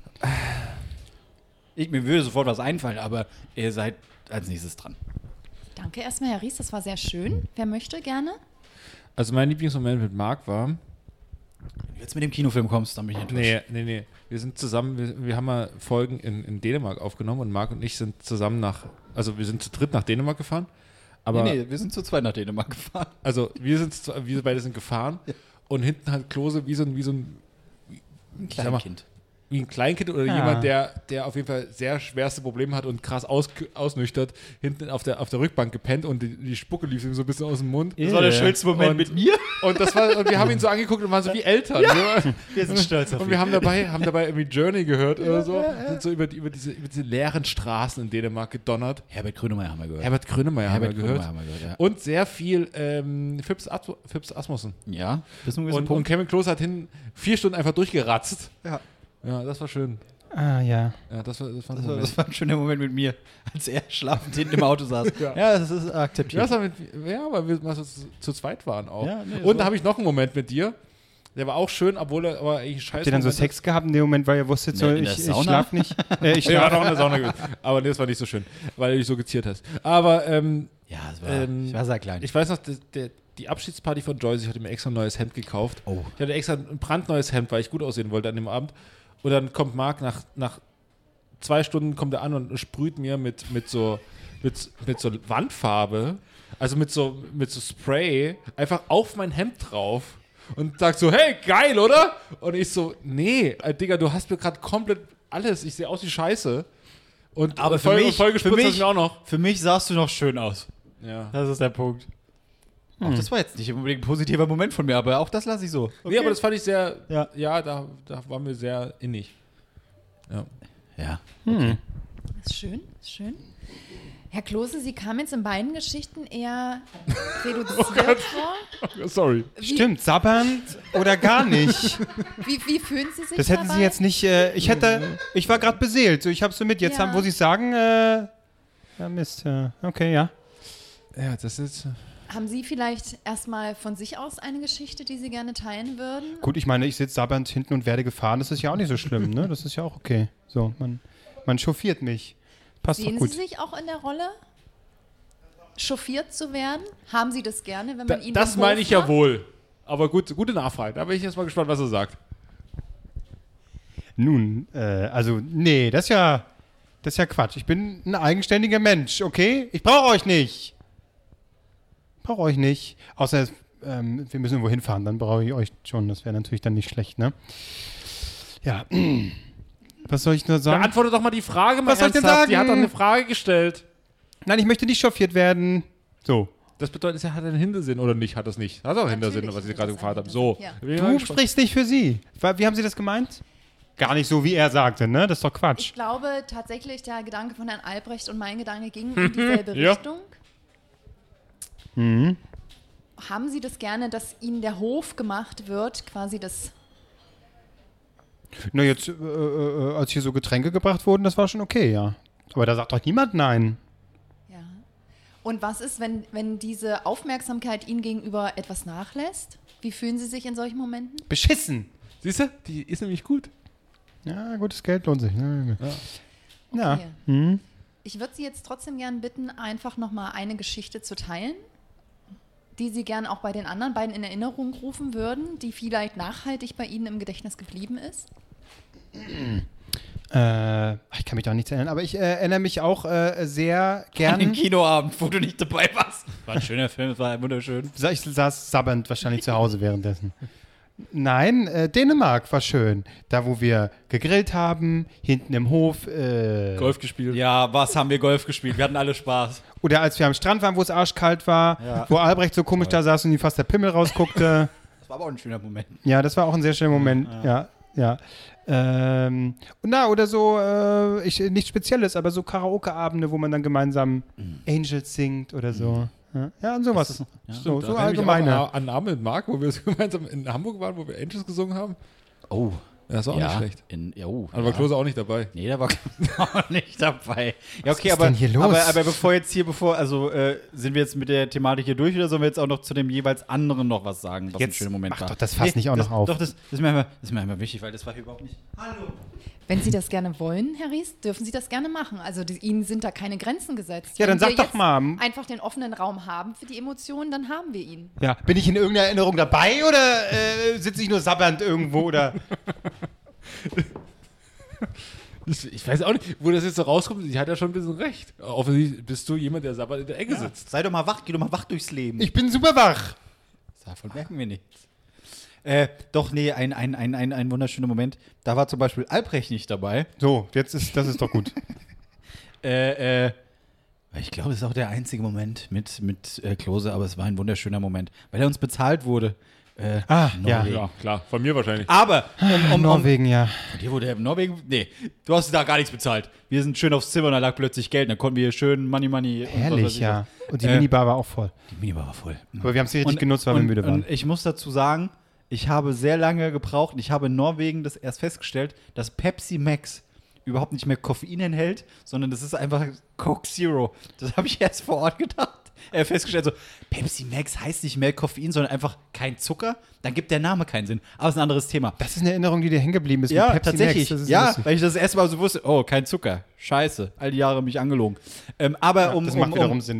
C: Mir würde sofort was einfallen, aber ihr seid als nächstes dran.
D: Danke erstmal, Herr Ries, das war sehr schön. Wer möchte gerne?
B: Also mein Lieblingsmoment mit Marc war...
C: Wenn du jetzt mit dem Kinofilm kommst, dann bin ich enttäuscht.
B: Nee. Wir sind zusammen, wir haben mal Folgen in Dänemark aufgenommen und Marc und ich sind zusammen wir sind zu dritt nach Dänemark gefahren. Aber
C: Nee, wir sind zu zweit nach Dänemark gefahren.
B: Also wir beide sind gefahren und hinten hat Klose wie so ein
C: Kleinkind.
B: Wie ein Kleinkind oder jemand, der auf jeden Fall sehr schwerste Probleme hat und krass ausnüchtert, hinten auf der Rückbank gepennt und die Spucke lief ihm so ein bisschen aus dem Mund.
C: Das war der schönste Moment mit mir.
B: Und wir haben ihn so angeguckt und waren so wie Eltern. Ja.
C: Wir sind stolz auf ihn.
B: Und wir haben dabei irgendwie Journey gehört oder so. Sind so über diese leeren Straßen in Dänemark gedonnert.
C: Herbert Grönemeyer haben wir gehört.
B: Herbert Grönemeyer haben wir gehört.
C: Ja.
B: Und sehr viel Phipps Asmussen.
C: Ja, bis
B: Und Kevin Klose hat 4 Stunden einfach durchgeratzt.
C: Ja,
B: das war schön.
A: Ah, ja.
B: Ja, das war
C: das war ein schöner Moment mit mir, als er schlafend hinten im Auto saß. Ja, das ist akzeptiert.
B: Weil wir zu zweit waren auch.
C: Ja, nee,
B: und da habe ich noch einen Moment mit dir. Der war auch schön, obwohl er aber eigentlich scheiße.
A: Habt ihr dann so Sex gehabt in dem Moment, weil ihr wusstet, so, ich schlaf nicht? Ich
B: war noch in der Sauna gewesen. Aber das war nicht so schön, weil du dich so geziert hast. Aber,
C: ich war sehr klein.
B: Ich weiß noch, die Abschiedsparty von Joyce, ich hatte mir extra ein neues Hemd gekauft.
C: Oh.
B: Ich hatte extra ein brandneues Hemd, weil ich gut aussehen wollte an dem Abend. Und dann kommt Marc nach 2 Stunden kommt er an und sprüht mir mit so Wandfarbe, also mit so Spray, einfach auf mein Hemd drauf und sagt so, hey, geil, oder? Und ich so, nee, Digga, du hast mir gerade komplett alles, ich sehe aus wie Scheiße.
C: Aber
B: voll gespritzt hast du mir auch noch.
C: Für mich sahst du noch schön aus.
B: Ja.
C: Das ist der Punkt. Auch das war jetzt nicht unbedingt ein positiver Moment von mir, aber auch das lasse ich so.
B: Okay. Nee, aber das fand ich sehr,
C: da
B: waren wir sehr innig.
C: Ja.
D: Das ist schön. Herr Klose, Sie kamen jetzt in beiden Geschichten eher reduziert vor.
B: Sorry.
A: Stimmt, sabbernd oder gar nicht.
D: Wie fühlen Sie sich
A: Das hätten
D: dabei?
A: Sie jetzt nicht, ich war gerade beseelt, so ich hab's so mit, jetzt wo Sie sagen, ja Mist, okay, ja.
B: Ja, das ist...
D: Haben Sie vielleicht erstmal von sich aus eine Geschichte, die Sie gerne teilen würden?
A: Gut, ich meine, ich sitze sabbernd hinten und werde gefahren, das ist ja auch nicht so schlimm, ne? Das ist ja auch okay. So, man chauffiert mich. Passt doch
D: Sehen
A: gut.
D: Sie sich auch in der Rolle, chauffiert zu werden? Haben Sie das gerne, wenn man Ihnen
B: Das
D: den
B: meine
D: Hof
B: ich ja
D: macht?
B: wohl. Aber gute Nachfrage. Da bin ich jetzt mal gespannt, was er sagt.
A: Nun, also, nee, das ist ja Quatsch. Ich bin ein eigenständiger Mensch, okay? Ich brauche euch nicht. Außer, wir müssen irgendwo hinfahren, dann brauche ich euch schon. Das wäre natürlich dann nicht schlecht, ne? Ja. Was soll ich nur sagen?
B: Beantworte doch mal die Frage mal
A: Was soll ich denn
B: ernsthaft.
A: sagen?
B: Die hat doch eine Frage gestellt.
A: Nein, ich möchte nicht chauffiert werden. So.
B: Das bedeutet, er hat einen Hintersinn oder nicht? Hat das nicht? Hat auch Hintersinn, was Sie gerade gefragt haben. So.
D: Ja.
A: Du sprichst nicht für sie. Wie haben Sie das gemeint? Gar nicht so, wie er sagte, ne? Das ist doch Quatsch.
D: Ich glaube tatsächlich, der Gedanke von Herrn Albrecht und mein Gedanke gingen in dieselbe
B: Ja.
D: Richtung. Haben Sie das gerne, dass Ihnen der Hof gemacht wird, quasi das...
A: Na, jetzt, als hier so Getränke gebracht wurden, das war schon okay, ja. Aber da sagt doch niemand nein.
D: Ja. Und was ist, wenn diese Aufmerksamkeit Ihnen gegenüber etwas nachlässt? Wie fühlen Sie sich in solchen Momenten?
A: Beschissen.
B: Siehst du? Die ist nämlich gut.
A: Ja, gutes Geld lohnt sich. Ne? Ja.
D: Okay. Ich würde Sie jetzt trotzdem gern bitten, einfach nochmal eine Geschichte zu teilen, die Sie gern auch bei den anderen beiden in Erinnerung rufen würden, die vielleicht nachhaltig bei Ihnen im Gedächtnis geblieben ist.
A: Ich kann mich da nicht erinnern, aber ich erinnere mich auch sehr
C: An
A: gern.
C: den Kinoabend, wo du nicht dabei warst. War ein schöner Film, es war wunderschön.
A: Ich saß sabbernd wahrscheinlich zu Hause währenddessen. Nein, Dänemark war schön. Da, wo wir gegrillt haben, hinten im Hof.
B: Golf gespielt.
C: Ja, haben wir Golf gespielt? Wir hatten alle Spaß.
A: Oder als wir am Strand waren, wo es arschkalt war, wo Albrecht so komisch da saß und ihm fast der Pimmel rausguckte.
C: Das war aber auch ein schöner Moment.
A: Ja, das war auch ein sehr schöner Moment. Ja. Oder so, nichts Spezielles, aber so Karaoke-Abende, wo man dann gemeinsam Angels singt oder so. Ja, und sowas. So
B: Da
A: allgemeine.
B: an Abend mit Marc, wo wir gemeinsam in Hamburg waren, wo wir Angels gesungen haben.
C: Oh.
B: Das ist auch nicht schlecht. Aber war Klose auch nicht dabei.
C: Nee, da war auch nicht dabei. Ja, okay,
A: ist denn hier los?
C: Aber sind wir jetzt mit der Thematik hier durch oder sollen wir jetzt auch noch zu dem jeweils anderen noch was sagen, was ein schöner Moment
A: mach
C: war?
A: doch das Fass nicht auch noch auf.
C: Doch, das ist mir einfach wichtig, weil das war hier überhaupt nicht. Hallo.
D: Wenn Sie das gerne wollen, Herr Ries, dürfen Sie das gerne machen. Also Ihnen sind da keine Grenzen gesetzt.
A: Ja, dann
D: Wenn
A: sag
D: wir
A: doch
D: jetzt
A: mal.
D: einfach den offenen Raum haben für die Emotionen, dann haben wir ihn.
A: Ja, bin ich in irgendeiner Erinnerung dabei oder sitze ich nur sabbernd irgendwo oder?
B: Ich weiß auch nicht, wo das jetzt so rauskommt. Sie hat ja schon ein bisschen recht. Offensichtlich bist du jemand, der sabbernd in der Ecke sitzt.
C: Sei doch mal wach, geh doch mal wach durchs Leben.
A: Ich bin super wach.
C: Davon merken wir nichts. Doch, nee, ein wunderschöner Moment. Da war zum Beispiel Albrecht nicht dabei.
A: So, das ist doch gut.
C: Ich glaube, das ist auch der einzige Moment mit Klose, aber es war ein wunderschöner Moment, weil er uns bezahlt wurde. Norwegen.
B: Ja, klar. Von mir wahrscheinlich.
C: Aber
A: Norwegen, ja.
C: Von dir wurde Norwegen? Nee, du hast da gar nichts bezahlt. Wir sind schön aufs Zimmer und da lag plötzlich Geld. Dann konnten wir schön Money.
A: Herrlich, ja. Und die Minibar war auch voll.
C: Die Minibar war voll.
A: Aber wir haben es richtig genutzt, weil wir müde waren.
C: Und ich muss dazu sagen, ich habe sehr lange gebraucht und ich habe in Norwegen das erst festgestellt, dass Pepsi Max überhaupt nicht mehr Koffein enthält, sondern das ist einfach Coke Zero. Das habe ich erst vor Ort festgestellt. So, Pepsi Max heißt nicht mehr Koffein, sondern einfach kein Zucker. Dann gibt der Name keinen Sinn. Aber es ist ein anderes Thema.
A: Das ist eine Erinnerung, die dir hängen geblieben ist.
C: Ja,
A: mit Pepsi
C: tatsächlich.
A: Max.
C: Ja, weil ich das erste Mal so wusste, oh, kein Zucker. Scheiße. All die Jahre mich angelogen. Aber
A: das macht wiederum Sinn.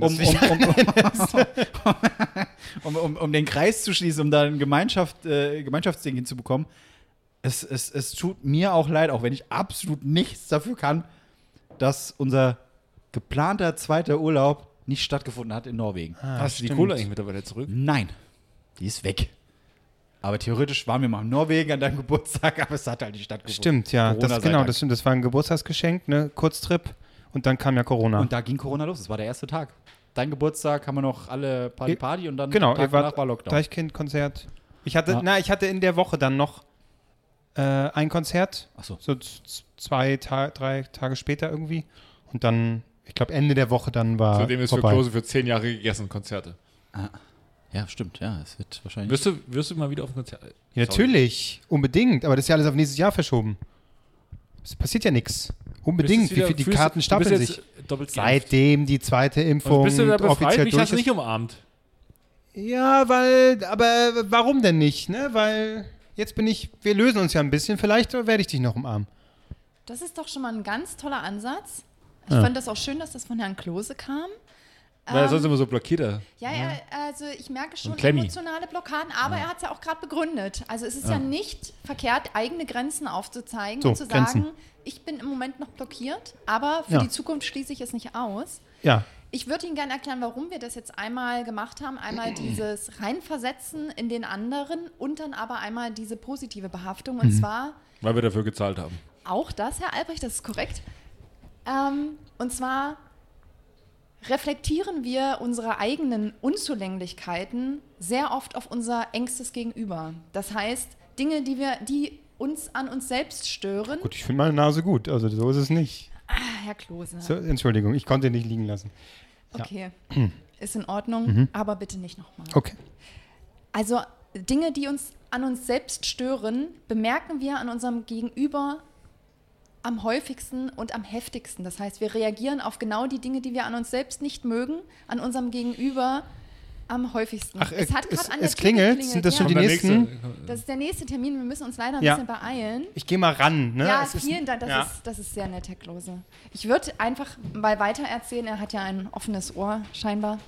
C: Um den Kreis zu schließen, um da ein Gemeinschaftsding hinzubekommen, es tut mir auch leid, auch wenn ich absolut nichts dafür kann, dass unser geplanter zweiter Urlaub nicht stattgefunden hat in Norwegen.
B: Hast du die Kohle eigentlich mittlerweile zurück?
C: Nein, die ist weg. Aber theoretisch waren wir mal in Norwegen an deinem Geburtstag, aber es hat halt nicht stattgefunden.
A: Stimmt, ja.
C: Corona
A: Das stimmt. Das war ein Geburtstagsgeschenk, ne? Kurztrip. Und dann kam ja Corona.
C: Und da ging Corona los. Das war der erste Tag. Dein Geburtstag haben wir noch alle Party und dann
A: genau,
C: Tag danach war Lockdown.
A: Deichkind-Konzert. Ich hatte in der Woche dann noch ein Konzert.
C: Ach so.
A: 3 Tage später irgendwie. Und dann, ich glaube, Ende der Woche dann war
B: Zudem ist
A: vorbei.
B: für Klose für 10 Jahre gegessen, Konzerte.
C: Ja, stimmt. Ja, es wird wahrscheinlich.
B: Wirst du mal wieder auf ein Konzert?
A: Ja, natürlich, unbedingt. Aber das ist ja alles auf nächstes Jahr verschoben. Es passiert ja nichts. Unbedingt. Wie viel die Karten stapeln sich. Seitdem die zweite Impfung
B: bist du da befreit?
A: offiziell
B: Mich
A: durch
B: hast du
A: ist.
B: nicht umarmt.
A: Ja, aber warum denn nicht? Ne? Weil wir lösen uns ja ein bisschen. Vielleicht werde ich dich noch umarmen.
D: Das ist doch schon mal ein ganz toller Ansatz. Ich fand das auch schön, dass das von Herrn Klose kam.
B: Weil er sonst immer so blockiert er.
D: Ja, also ich merke schon
B: Klemmi.
D: emotionale Blockaden, aber er hat es ja auch gerade begründet. Also es ist ja nicht verkehrt, eigene Grenzen aufzuzeigen und zu sagen, ich bin im Moment noch blockiert, aber für die Zukunft schließe ich es nicht aus.
A: Ja.
D: Ich würde Ihnen gerne erklären, warum wir das jetzt einmal gemacht haben. Einmal dieses Reinversetzen in den anderen und dann aber einmal diese positive Behaftung. Und zwar
B: Weil wir dafür gezahlt haben.
D: auch das, Herr Albrecht, das ist korrekt. Und zwar reflektieren wir unsere eigenen Unzulänglichkeiten sehr oft auf unser engstes Gegenüber. Das heißt, Dinge, die uns an uns selbst stören.
A: Gut, ich finde meine Nase gut. Also so ist es nicht.
D: Herr Klose.
A: So, Entschuldigung, ich konnte ihn nicht liegen lassen.
D: Okay, ist in Ordnung, aber bitte nicht nochmal.
A: Okay.
D: Also Dinge, die uns an uns selbst stören, bemerken wir an unserem Gegenüber am häufigsten und am heftigsten. Das heißt, wir reagieren auf genau die Dinge, die wir an uns selbst nicht mögen, an unserem Gegenüber am häufigsten.
A: Ach,
D: es hat gerade an der
A: es
D: Tür
A: klingelt.
D: geklingelt.
A: Sind das schon die
B: Der
A: nächsten?
B: nächste.
D: Das ist der nächste Termin. Wir müssen uns leider ein
A: Ja.
D: bisschen beeilen.
A: Ich gehe mal ran. Ne?
D: Ja,
A: Es ist-
D: vielen Dank.
A: ja.
D: Das ist sehr nett, Herr Klose. Ich würde einfach mal weiter erzählen. Er hat ja ein offenes Ohr, scheinbar.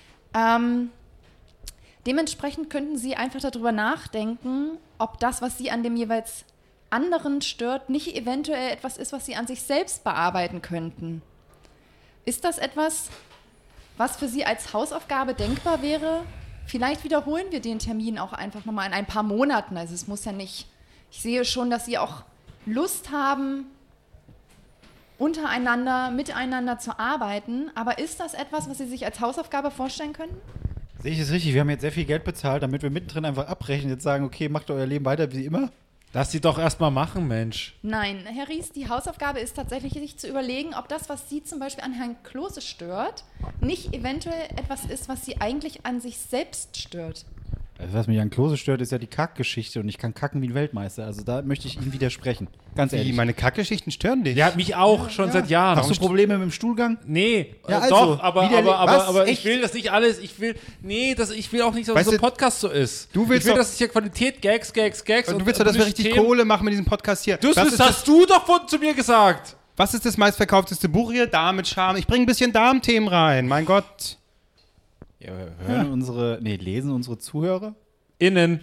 D: Dementsprechend könnten Sie einfach darüber nachdenken, ob das, was Sie an dem jeweils anderen stört, nicht eventuell etwas ist, was Sie an sich selbst bearbeiten könnten. Ist das etwas, was für Sie als Hausaufgabe denkbar wäre? Vielleicht wiederholen wir den Termin auch einfach nochmal in ein paar Monaten. Also es muss ja nicht, ich sehe schon, dass Sie auch Lust haben, untereinander, miteinander zu arbeiten. Aber ist das etwas, was Sie sich als Hausaufgabe vorstellen können?
C: Sehe ich es richtig? Wir haben jetzt sehr viel Geld bezahlt, damit wir mittendrin einfach abbrechen. Jetzt sagen, okay, macht euer Leben weiter wie immer.
B: Lass die doch erstmal machen, Mensch.
D: Nein, Herr Ries, die Hausaufgabe ist tatsächlich, sich zu überlegen, ob das, was Sie zum Beispiel an Herrn Klose stört, nicht eventuell etwas ist, was Sie eigentlich an sich selbst stört.
C: Also was mich an Klose stört, ist ja die Kackgeschichte und ich kann kacken wie ein Weltmeister. Also da möchte ich ihm widersprechen. Ganz
A: Wie,
C: ehrlich.
A: meine Kackgeschichten stören dich?
B: Ja, mich auch, schon seit Jahren.
C: Hast du Probleme mit dem Stuhlgang?
B: Nee,
C: Ja, also,
B: doch, aber
C: Was?
B: ich
C: Echt?
B: will das nicht alles, ich will auch nicht, dass
A: Weißt
B: so ein
A: du,
B: Podcast so ist.
A: du willst
B: ich will,
A: doch-
B: dass es hier Qualität, Gags
A: Und du willst doch, dass wir richtig Kohle machen mit diesem Podcast hier.
B: Das
A: ist
B: hast du doch zu mir gesagt.
A: was ist das meistverkaufteste Buch hier? Darm mit Charme. Ich bringe ein bisschen Darmthemen rein. Mein Gott.
C: Ja, lesen unsere Zuhörer?
B: Innen.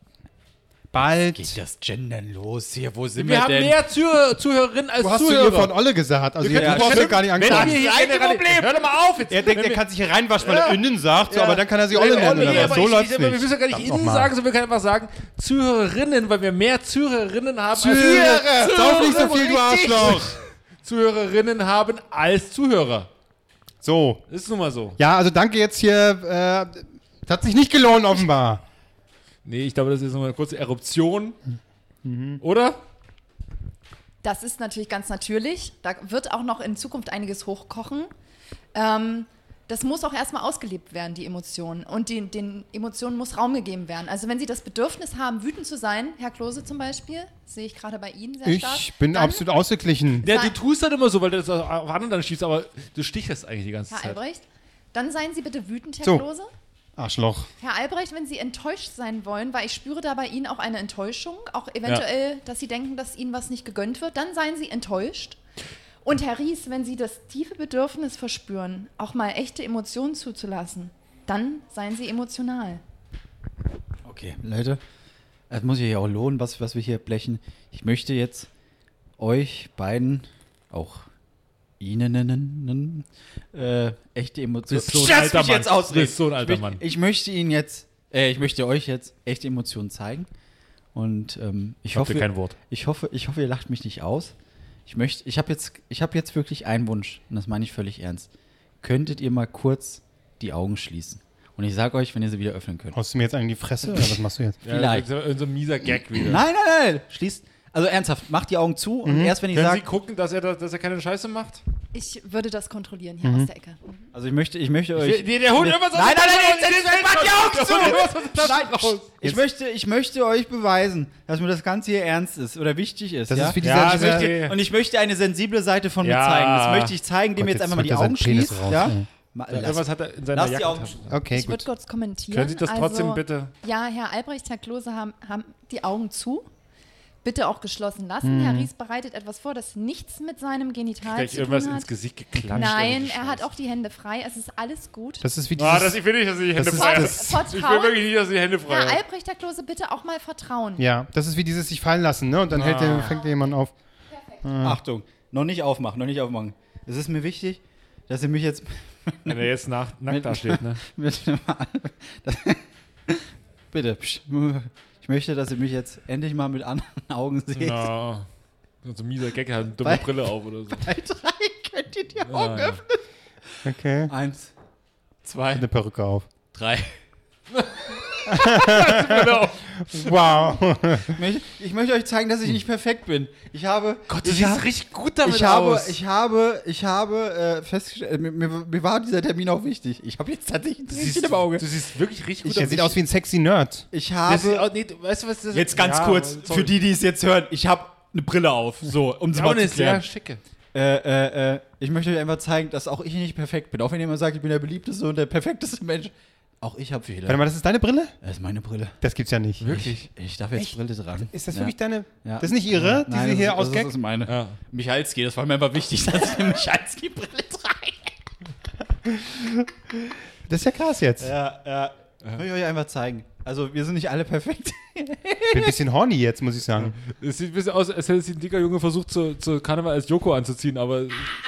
A: Bald.
C: das Gendern los hier? Wo sind
B: Wir haben mehr Zuhörerinnen als
A: Du hast du
B: Zuhörer.
A: ihr von Olle gesagt. Also
B: Wir
A: du
B: können-
A: brauchst ja
B: stimmt.
A: gar nicht
B: Wenn
A: anfangen.
B: wir hier hör doch mal auf jetzt.
A: Er denkt, er kann sich hier reinwaschen, weil er innen sagt, so, aber dann kann er sie Olle nennen.
B: Nee,
A: Oder
B: aber
A: was? So läuft's
B: wir
A: nicht.
B: müssen ja gar nicht
A: Verdammt
B: innen
A: nochmal.
B: sagen, sondern wir können einfach sagen Zuhörerinnen, weil wir mehr Zuhörerinnen haben
A: Zuhörer! Sauf nicht so viel, du Arschloch!
B: Zuhörerinnen haben als Zuhörer.
A: So.
B: Ist nun mal so.
A: Ja, also danke jetzt hier. Das hat sich nicht gelohnt, offenbar.
B: Nee, ich glaube, das ist nur eine kurze Eruption. Oder?
D: Das ist natürlich ganz natürlich. Da wird auch noch in Zukunft einiges hochkochen. Das muss auch erstmal ausgelebt werden, die Emotionen. Und den Emotionen muss Raum gegeben werden. Also wenn Sie das Bedürfnis haben, wütend zu sein, Herr Klose zum Beispiel, sehe ich gerade bei Ihnen sehr stark.
A: Ich bin
D: dann,
A: absolut ausgeglichen.
B: Ja, du tust dann immer so, weil du das auf anderen dann schießt, aber du stichst eigentlich die ganze
D: Herr
B: Zeit.
D: Albrecht, dann seien Sie bitte wütend, Herr
A: So.
D: Klose.
A: Arschloch.
D: Herr Albrecht, wenn Sie enttäuscht sein wollen, weil ich spüre da bei Ihnen auch eine Enttäuschung, auch eventuell, dass Sie denken, dass Ihnen was nicht gegönnt wird, dann seien Sie enttäuscht. Und Herr Ries, wenn Sie das tiefe Bedürfnis verspüren, auch mal echte Emotionen zuzulassen, dann seien Sie emotional.
C: Okay, Leute, es muss sich ja auch lohnen, was wir hier blechen. Ich möchte jetzt euch beiden, auch Ihnen, echte Emotionen.
B: Bist so ein
C: Lass
B: alter
C: mich jetzt
B: Mann.
C: ausreden.
B: Bist so ein alter Mann.
C: Ich möchte euch jetzt echte Emotionen zeigen. Und ich hoffe,
B: kein Wort.
C: ich hoffe, ihr lacht mich nicht aus. Ich habe jetzt wirklich einen Wunsch, und das meine ich völlig ernst. Könntet ihr mal kurz die Augen schließen? Und ich sage euch, wenn ihr sie wieder öffnen könnt.
A: Haust du mir jetzt eigentlich die Fresse oder was machst du jetzt?
C: Vielleicht.
B: Ja, so ein mieser Gag wieder.
C: Nein. Schließt. Also ernsthaft, macht die Augen zu und erst wenn ich
B: Können Sie
C: sage.
B: gucken, dass er keine Scheiße macht?
D: Ich würde das kontrollieren hier aus der Ecke.
C: Also ich möchte euch.
B: Der Hund immer so.
C: Nein, mach die Augen zu!
B: Nein,
C: Nein, ich möchte euch beweisen, dass mir das Ganze hier ernst ist oder wichtig ist.
A: Das
C: ja?
A: ist wie dieser.
B: Ja,
A: dieser
B: okay.
C: Und ich möchte eine sensible Seite von mir
B: Ja.
C: zeigen. Das möchte ich zeigen, indem ihr
A: Gott,
C: jetzt einfach mal
A: jetzt
C: die
A: holt er
C: Augen
A: seinen Penis
C: schließt.
A: raus,
C: Ja?
A: ey.
B: Irgendwas hat er in seiner
C: Lass die Augen.
B: Jackentasche.
A: Okay,
D: Ich würde
A: gut.
D: kurz kommentieren.
B: Können Sie das trotzdem bitte?
D: Ja, Herr Albrecht, Herr Klose haben die Augen zu. Bitte auch geschlossen lassen. Herr Ries bereitet etwas vor, das nichts mit seinem Genital
B: Vielleicht
D: zu tun
B: irgendwas
D: hat.
B: ins Gesicht geklatscht.
D: Nein,
B: oder
D: er hat auch die Hände frei. Es ist alles gut.
A: Das ist wie
B: Ah,
A: dieses.
B: ich will nicht, dass Sie die Hände
A: ist
B: frei haben.
A: das-
B: Ich will wirklich nicht, dass Sie die Hände frei
D: Herr
B: haben.
D: Albrecht, Herr Klose, bitte auch mal vertrauen.
A: Ja, das ist wie dieses sich fallen lassen, ne? Und dann fängt jemand auf.
C: Achtung, noch nicht aufmachen. Es ist mir wichtig, dass ihr mich jetzt
B: Wenn er jetzt nackt da steht, ne?
C: Bitte, ich möchte, dass ihr mich jetzt endlich mal mit anderen Augen seht.
B: Ja. So ein mieser Gag, hat eine dumme
C: Bei-
B: Brille auf oder so.
C: Bei 3 könnt ihr die Augen
B: Ja.
C: öffnen.
A: Okay.
C: 1, 2,
A: Eine Perücke auf.
C: 3.
A: Wow.
C: Ich möchte euch zeigen, dass ich nicht perfekt bin. Ich habe.
B: Gott, du
C: ich
B: siehst
C: hab-
B: richtig gut damit
C: ich habe,
B: aus.
C: ich habe festgestellt, mir war dieser Termin auch wichtig. Ich habe jetzt tatsächlich ein Tränchen im Auge.
B: Du siehst wirklich richtig gut
A: Er sieht aus wie ein sexy Nerd.
C: Ich
B: Das ist,
C: habe.
B: nee, weißt du, was das
C: Jetzt ganz
B: Ja,
C: kurz,
B: sorry.
C: für die es jetzt hören, ich habe eine Brille auf. So, um es
B: Aber
C: mal
B: eine
C: zu
B: sehr
C: klären.
B: schicke.
C: Ich möchte euch einfach zeigen, dass auch ich nicht perfekt bin. Auch wenn ihr immer sagt, ich bin der beliebteste und der perfekteste Mensch. Auch ich habe Fehler.
A: Warte mal, das ist deine Brille?
C: Das ist meine Brille.
A: Das gibt's ja nicht.
B: Wirklich?
C: Ich darf jetzt Brille tragen.
A: Ist das
C: Ja.
A: wirklich deine?
C: Ja.
A: Das ist nicht ihre, die
C: Nein,
A: sie
C: das
A: hier
C: ist,
A: ausgeckt?
C: das ist meine.
B: Ja.
C: Michalski, das war mir einfach wichtig, dass ich eine Michalski-Brille trage.
A: Das ist ja krass jetzt.
C: Ja. Will ich euch einfach zeigen. Also, wir sind nicht alle perfekt.
A: Bin ein bisschen horny jetzt, muss ich sagen.
B: Es sieht ein bisschen aus, als hätte sich ein dicker Junge versucht, zu Karneval als Joko anzuziehen, aber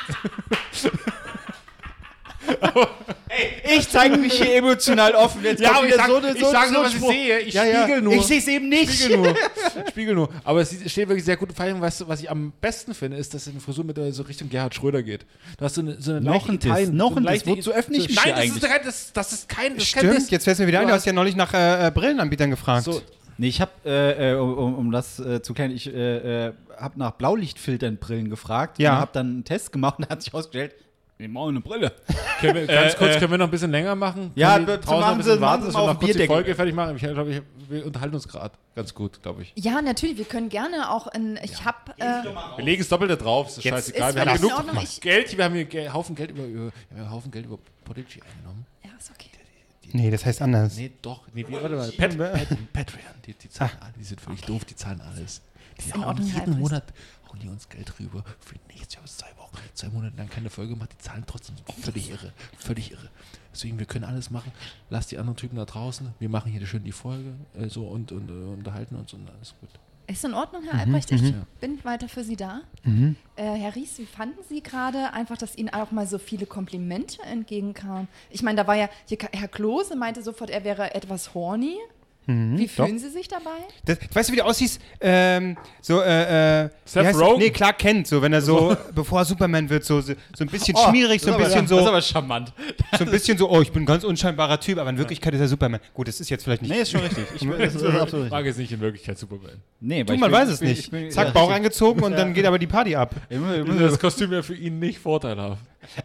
C: Ich zeige mich hier emotional offen. Jetzt
B: Ja,
C: kommt
B: aber
C: wieder
B: ich sag nur,
C: ein
B: was ich
C: Spruch.
B: sehe. Ich
C: Ja, ja.
B: spiegel nur.
C: Ich sehe es eben nicht.
B: Spiegel nur. Aber es steht wirklich sehr gut. Vor allem, weißt du, was ich am besten finde, ist, dass eine Frisur mit so Richtung Gerhard Schröder geht. Du hast so eine
C: Noch
B: leichte
C: ein Diss,
B: Italien-
C: noch
B: so
C: ein Diss.
B: leichte-
C: Wozu öffne ich mich
B: Nein,
C: hier
B: das
C: eigentlich?
B: ist kein, das ist kein kein
A: Stimmt,
B: Diss.
A: jetzt fällt mir wieder ein,
B: Du
A: du hast ja neulich nach Brillenanbietern gefragt.
B: So,
C: Nee, ich habe, um das zu klären, ich habe nach Blaulichtfiltern Brillen gefragt
A: Ja.
C: und habe dann einen Test gemacht und da hat sich ausgestellt, Wir brauchen eine Brille.
B: Ganz kurz, können wir noch ein bisschen länger machen?
C: Ja,
B: Können die
C: bitte
B: draußen noch
C: machen
B: ein bisschen
C: Sie-
B: warten,
C: machen Sie
B: dass
C: mal
B: wir
C: auf
B: noch kurz die
C: Bierdeckel.
B: Folge fertig machen. Ich glaube, wir unterhalten uns gerade ganz gut, glaube ich.
D: Ja, natürlich, wir können gerne auch ich habe
B: Wir legen das Doppelte drauf, ist scheißegal.
D: ist
B: Wir haben
D: völlig in
B: genug
D: Ordnung. Ich-
B: Geld, wir haben hier einen Haufen Geld über Podigy eingenommen.
D: ja, ist okay.
A: Nee, das heißt anders.
B: Nee, doch. Nee, warte mal. Patreon, die zahlen alle, die sind völlig doof, die zahlen alles. Die
D: in
B: hauen
D: Ordnung, Herr
B: jeden
D: Albrecht.
B: Monat hauen die uns Geld rüber für nichts. Ich habe jetzt 2 Wochen, 2 Monate lang keine Folge gemacht, die zahlen trotzdem völlig irre. Völlig irre. Deswegen, wir können alles machen. Lasst die anderen Typen da draußen. Wir machen hier schön die Folge so und unterhalten uns und alles gut.
D: Ist in Ordnung, Herr Albrecht? Ich bin weiter für Sie da. Herr Ries, wie fanden Sie gerade einfach, dass Ihnen auch mal so viele Komplimente entgegenkamen? Ich meine, da war ja, hier, Herr Klose meinte sofort, er wäre etwas horny. Wie fühlen Sie sich dabei?
A: Weißt du, wie der aussieht? Wie
B: Seth
A: heißt
B: Rogen?
A: Nee, Clark Kent, so, wenn er so, bevor er Superman wird, so ein bisschen schmierig, so ein bisschen
C: Das ist
A: so,
C: aber charmant.
A: oh, ich bin ein ganz unscheinbarer Typ, aber in Wirklichkeit ist er Superman. Gut, das ist jetzt vielleicht nicht.
C: Nee, ist schon richtig. Das ist absolut
B: Ich
C: richtig.
B: mag jetzt nicht in Wirklichkeit Superman.
C: Nee,
A: Du, man weiß es nicht. Zack, Bauch angezogen und dann geht aber die Party ab.
B: Das Kostüm wäre für ihn nicht vorteilhaft.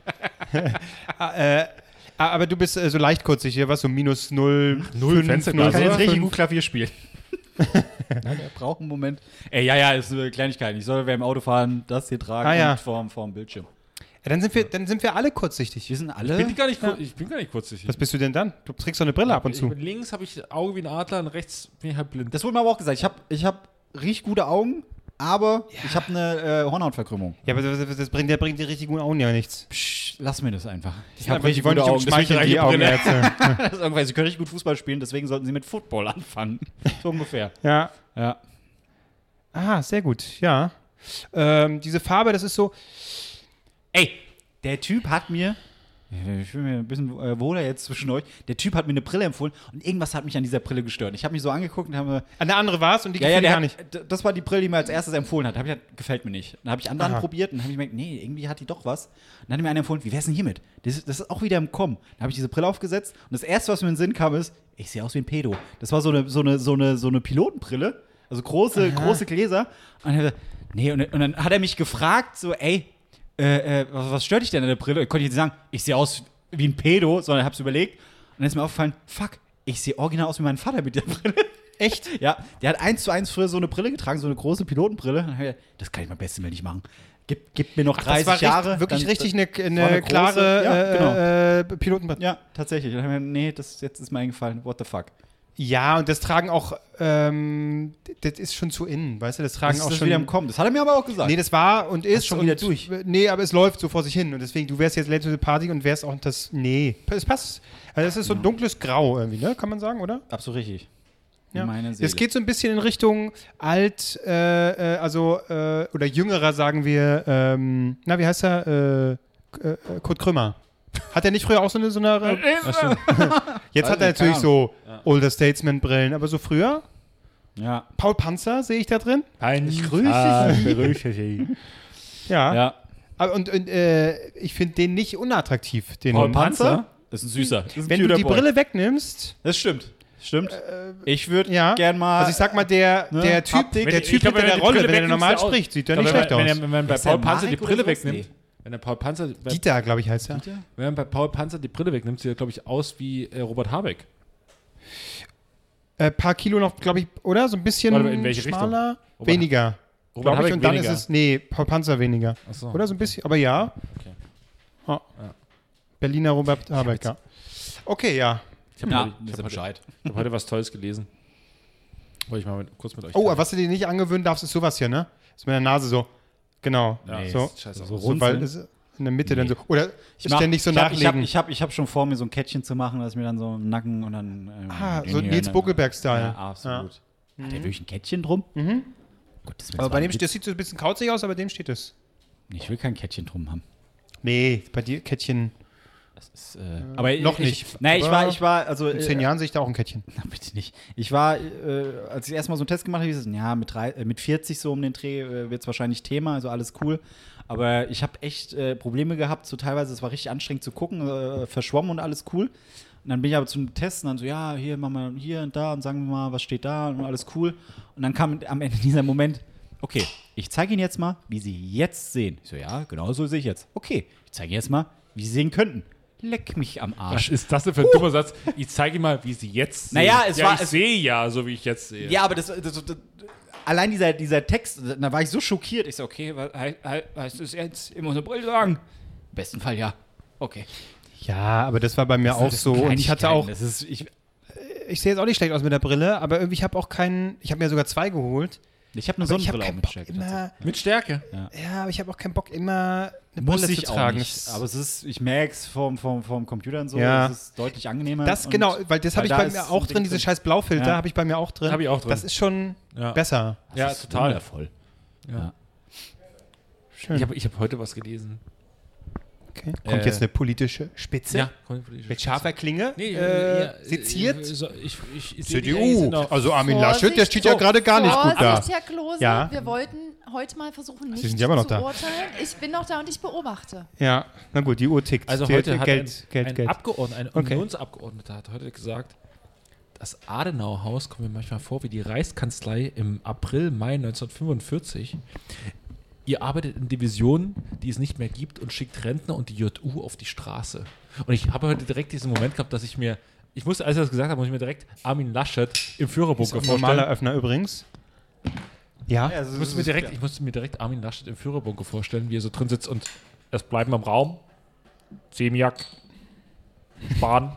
A: Aber du bist so leichtkurzig hier, was, so minus 0,
B: 0 Fensterglas,
C: Ich kann jetzt
B: oder?
C: richtig gut Klavier spielen. Er braucht einen Moment. Ja, ist eine Kleinigkeit. Ich soll beim Auto fahren, das hier tragen
A: ja.
C: und vorm Bildschirm.
A: Ja, dann sind wir alle kurzsichtig.
C: Wir sind alle.
B: Ich bin gar nicht kurzsichtig.
A: Was bist du denn dann? Du trägst doch eine Brille ab und zu.
B: Links habe ich Auge wie ein Adler und rechts bin ich halt blind.
C: Das wurde mir aber auch gesagt. Ich hab richtig gute Augen, aber ich habe eine Hornhautverkrümmung.
A: Ja, aber das bringt die richtig guten Augen ja nichts.
C: Psch, lass mir das einfach. Ich
A: Ja,
C: habe
A: aber
C: richtig
A: die wollen
C: gute
A: nicht
C: Augen.
A: umschmeicheln, die Augenärzte.
C: Das ist irgendwann, sie können richtig gut Fußball spielen, deswegen sollten sie mit Football anfangen. So ungefähr.
A: Ja.
C: Ja.
A: Ah, sehr gut, ja. Diese Farbe, das ist so.
C: Ey, der Typ hat mir, ich fühle mir ein bisschen wohler jetzt zwischen euch, der Typ hat mir eine Brille empfohlen und irgendwas hat mich an dieser Brille gestört. Ich habe mich so angeguckt und habe
A: Eine andere war es und die
C: ja,
A: gefiel
C: der
A: dir
C: hat,
A: gar nicht.
C: das war die Brille, die mir als erstes empfohlen hat. Hab ich gesagt, gefällt mir nicht. Dann habe ich andere
A: Aha.
C: probiert und dann habe ich gemerkt, nee, irgendwie hat die doch was. Und dann hat mir einer empfohlen, wie wär's denn hiermit? Das ist auch wieder im Kommen. Dann habe ich diese Brille aufgesetzt und das erste, was mir in den Sinn kam, ist, ich sehe aus wie ein Pedo. Das war so eine Pilotenbrille, also große Gläser. Und, nee, und dann hat er mich gefragt, so, ey, was stört dich denn an der Brille? Ich konnte nicht sagen, ich sehe aus wie ein Pedo, sondern hab's überlegt. Und dann ist mir aufgefallen, fuck, ich sehe original aus wie mein Vater mit der Brille.
A: Echt?
C: Ja, der hat 1:1 früher so eine Brille getragen, so eine große Pilotenbrille. Und dann hab ich gedacht, das kann ich mein Bestes Mal nicht machen. Gib mir noch 30
A: das war
C: Jahre.
A: wirklich
C: dann-
A: richtig
C: war
A: eine
C: eine
A: klare
C: große-
A: Pilotenbrille.
C: Ja, tatsächlich. Dann hab ich gedacht, nee, jetzt ist mir eingefallen. What the fuck?
A: Ja, und das tragen auch, das ist schon zu innen, weißt du, das tragen
C: Das
A: auch
C: ist
A: schon.
C: wieder im Kommen. Das hat er mir aber auch gesagt.
A: Nee, das war und ist
C: schon
A: und,
C: wieder durch.
A: Nee, aber es läuft so vor sich hin und deswegen, du wärst jetzt late to the party und wärst auch das, nee, es passt. Also es ist so ein dunkles Grau irgendwie, ne, kann man sagen, oder?
C: Absolut richtig.
A: Ja.
C: Meine Seele.
A: Es geht so ein bisschen in Richtung alt, oder jüngerer, sagen wir, wie heißt er? Kurt Krümmer. Hat er nicht früher auch so eine jetzt hat er natürlich so Older Statesman-Brillen, aber so früher?
C: Ja.
A: Paul Panzer sehe ich da drin.
B: Ich
A: grüße
B: Sie.
A: Ja.
C: Ja.
A: Aber und ich finde den nicht unattraktiv. Den
B: Paul Panzer?
C: Das ist ein Süßer. Das ist ein
A: Wenn du
C: cuter
A: die
C: Boy.
A: Brille wegnimmst,
C: Das stimmt. Ich würde
A: ja,
C: gern mal.
A: also ich sag mal, der Typ,
C: Haptik.
A: der Typ hinter der Rolle, wenn er normal spricht, sieht er nicht schlecht aus.
B: Wenn man bei
C: Ist der
B: Paul Panzer die
C: Marek oder
B: Brille
C: sowas?
B: wegnimmt, wenn der Paul Panzer,
A: Dieter, glaube ich, heißt er.
B: wenn man bei Paul Panzer die Brille wegnimmt, sieht er, glaube ich, aus wie Robert Habeck.
A: Paar Kilo noch, glaube ich, oder? So ein bisschen
B: Warte, in welche
A: schmaler.
B: Richtung?
A: Weniger.
B: Robert
A: Glaube ich,
B: Habeck
A: und dann
B: weniger.
A: ist es, nee, Paul Panzer weniger.
B: Achso.
A: Oder so ein bisschen, aber ja.
B: Okay.
A: Ah.
B: Ja.
A: Berliner Robert Habeck, ja. Okay, ja.
B: Ich habe
C: Ja,
B: heute,
C: Bescheid.
B: hab heute was Tolles gelesen. Wollte ich mal kurz mit euch
A: Oh,
B: teilen.
A: aber was du dir nicht angewöhnen darfst, ist sowas hier, ne? Ist mit der Nase so. Genau.
B: Ja,
A: so.
B: ist scheiße.
C: So
A: So, weil es in der Mitte dann so. Oder ständig so
C: ich
A: nachlegen.
C: hab schon vor, mir so ein Kettchen zu machen, dass mir dann so im Nacken und dann.
A: So Nils Buckelberg-Style.
C: Ja, absolut. Hat der wirklich ein Kettchen drum? Mhm. Gut, das
A: Aber bei dem das sieht so ein bisschen kauzig aus, aber dem steht es.
C: Ich will kein Kettchen drum haben.
A: Nee, bei dir Kettchen.
C: Das ist, aber
A: noch nicht.
C: Nein,
A: Aber
C: ich war, also.
A: In 10 Jahren sehe ich da auch ein Kettchen.
C: Na, bitte nicht. Ich war, als ich erstmal so einen Test gemacht habe, hieß es, ja, mit 40 so um den Dreh wird es wahrscheinlich Thema, also alles cool. Aber ich habe echt Probleme gehabt, so teilweise, es war richtig anstrengend zu gucken, verschwommen und alles cool. Und dann bin ich aber zum Testen, dann so, ja, hier, machen wir hier und da und sagen wir mal, was steht da und alles cool. Und dann kam am Ende dieser Moment, okay, ich zeige Ihnen jetzt mal, wie Sie jetzt sehen. Ich so, ja, genau so sehe ich jetzt. Okay, ich zeige Ihnen jetzt mal, wie sie sehen könnten. Leck mich am
B: Was
C: Arsch.
B: ist das denn für ein dummer Satz? Ich zeige Ihnen mal, wie Sie jetzt sehen.
C: Naja,
B: ich sehe ja, so wie ich jetzt sehe.
C: Ja, aber das allein dieser Text, da war ich so schockiert. Ich so, okay, heißt das jetzt immer so Brille tragen? Im besten Fall ja. Okay.
A: Ja, aber das war bei mir auch so. Und ich hatte auch,
C: Das ist,
A: ich sehe jetzt auch nicht schlecht aus mit der Brille, aber irgendwie ich habe mir sogar 2 geholt.
C: ich habe eine
A: Aber ich habe
C: Sonnenbrille auch
A: keinen
C: mit
A: Bock
C: Stärke.
A: immer,
B: Mit Stärke.
A: ja, aber ich habe auch keinen Bock immer eine
C: Muss
A: Brille
C: ich
A: zu
C: auch
A: tragen.
C: nicht. Aber es ist, ich merke es vom Computer und so,
A: Ja.
C: es ist deutlich angenehmer.
A: Das
C: und
A: genau, weil das habe ich
C: da
A: bei
C: ist
A: mir
C: ein
A: auch
C: Ding
A: drin, diese scheiß Blaufilter
C: Ja.
A: habe ich bei mir auch drin.
B: Habe ich auch drin.
A: Das ist schon
B: Ja.
A: besser.
B: Ja,
C: Das ist
B: total.
C: wundervoll.
B: Ja.
A: Schön.
B: Ich hab heute was gelesen.
A: Okay. Kommt jetzt eine politische Spitze mit scharfer Klinge, seziert. CDU. Also Armin Laschet, der steht ja gerade gar nicht gut da.
D: Vorsicht, Herr Klose,
A: Ja.
D: wir wollten heute mal versuchen, nicht
A: Sie sind ja immer noch
D: zu
A: da.
D: urteilen. Ich bin noch da und ich beobachte.
A: Ja, na gut, die Uhr tickt.
B: Also
A: Die-
B: heute hat
A: Geld.
B: ein Abgeordneter, ein
A: Okay.
B: Unionsabgeordneter hat heute gesagt, das Adenauerhaus kommt mir manchmal vor wie die Reichskanzlei im April, Mai 1945. Ihr arbeitet in Divisionen, die es nicht mehr gibt und schickt Rentner und die JU auf die Straße. Und ich habe heute direkt diesen Moment gehabt, dass ich musste, als er das gesagt hat, muss ich mir direkt Armin Laschet im Führerbunker
A: Ist ein normaler
B: vorstellen.
A: Öffner übrigens. Ja.
C: Also,
B: Ich musste mir direkt Armin Laschet im Führerbunker vorstellen, wie er so drin sitzt und es bleiben im Raum Ziemiak, Spahn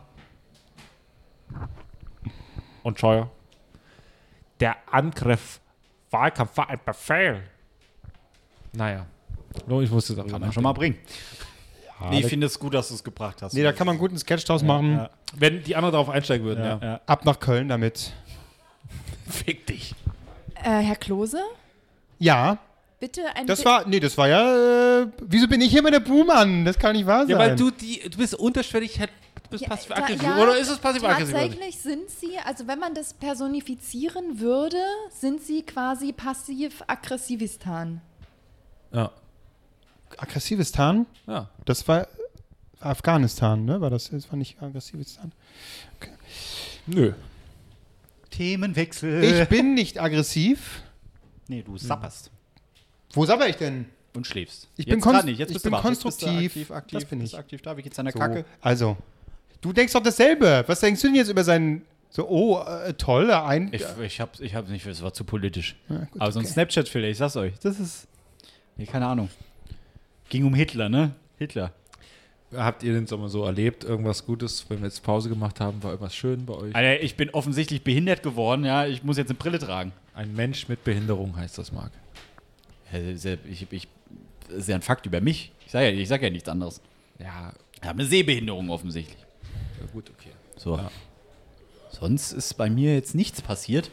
B: und Scheuer. Der Angriff Wahlkampf war ein Befehl. Naja, nur ich musste darüber
C: kann man schon mal bringen. Nee, ich
A: da-
C: finde es gut, dass du es gebracht hast.
A: Nee, da kann man gut einen Sketch draus machen.
C: Ja.
B: Wenn die anderen darauf einsteigen würden, ja.
C: Ja.
A: Ab nach Köln damit.
B: Fick dich.
D: Herr Klose,
A: Ja,
D: bitte ein
A: das war ja, wieso bin ich hier mit der Buhmann? Das kann nicht wahr sein.
B: Ja, weil du bist unterschwellig, du bist passiv-aggressiv. Oder ist es passiv-aggressiv?
D: Tatsächlich sind sie, also wenn man das personifizieren würde, sind sie quasi passiv-aggressivistan.
B: Ja.
A: Aggressivistan?
B: Ja.
A: Das war Afghanistan, ne? Das war nicht Aggressivistan.
B: Nö.
C: Themenwechsel.
A: Ich bin nicht aggressiv.
C: Nee, du sapperst
A: Wo sabber ich denn?
C: und schläfst.
A: Ich bin
C: Jetzt grad nicht. Jetzt
A: ich
C: bist
A: bin
C: du wach. Jetzt bist du
A: konstruktiv.
C: aktiv.
A: Das bin
C: Bist
A: ich.
C: aktiv da. Wie geht's deiner
A: So,
C: Kacke?
A: also, du denkst doch dasselbe. Was denkst du denn jetzt über seinen, toll,
C: Ich hab's nicht, es war zu politisch.
A: Ja, gut,
C: Aber so ein
A: okay.
C: Snapchat-Fehler, ich sag's euch. Das ist. Nee, keine Ahnung. Ging um Hitler, ne? Hitler.
B: Habt ihr den Sommer so erlebt? Irgendwas Gutes, wenn wir jetzt Pause gemacht haben? War irgendwas schön bei euch?
C: Alter, ich bin offensichtlich behindert geworden, ja. Ich muss jetzt eine Brille tragen.
B: Ein Mensch mit Behinderung heißt das, Marc.
C: Ja, das ist ja ein Fakt über mich. Ich sag ja nichts anderes.
B: Ja,
C: Ich habe eine Sehbehinderung offensichtlich.
B: ja gut, okay.
C: So.
B: Ja.
C: Sonst ist bei mir jetzt nichts passiert.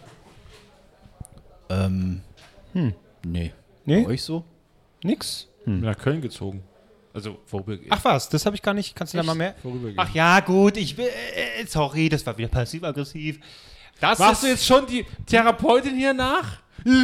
C: Nee.
A: Nee?
C: Bei euch so?
A: Nix?
B: Bin nach Köln gezogen. Also vorübergehend.
A: Ach was, das habe ich gar nicht. Kannst du da mal mehr?
B: Vorübergehend.
A: Ach ja, gut, sorry, das war wieder passiv-aggressiv. Das
B: Machst du jetzt schon die Therapeutin hier nach?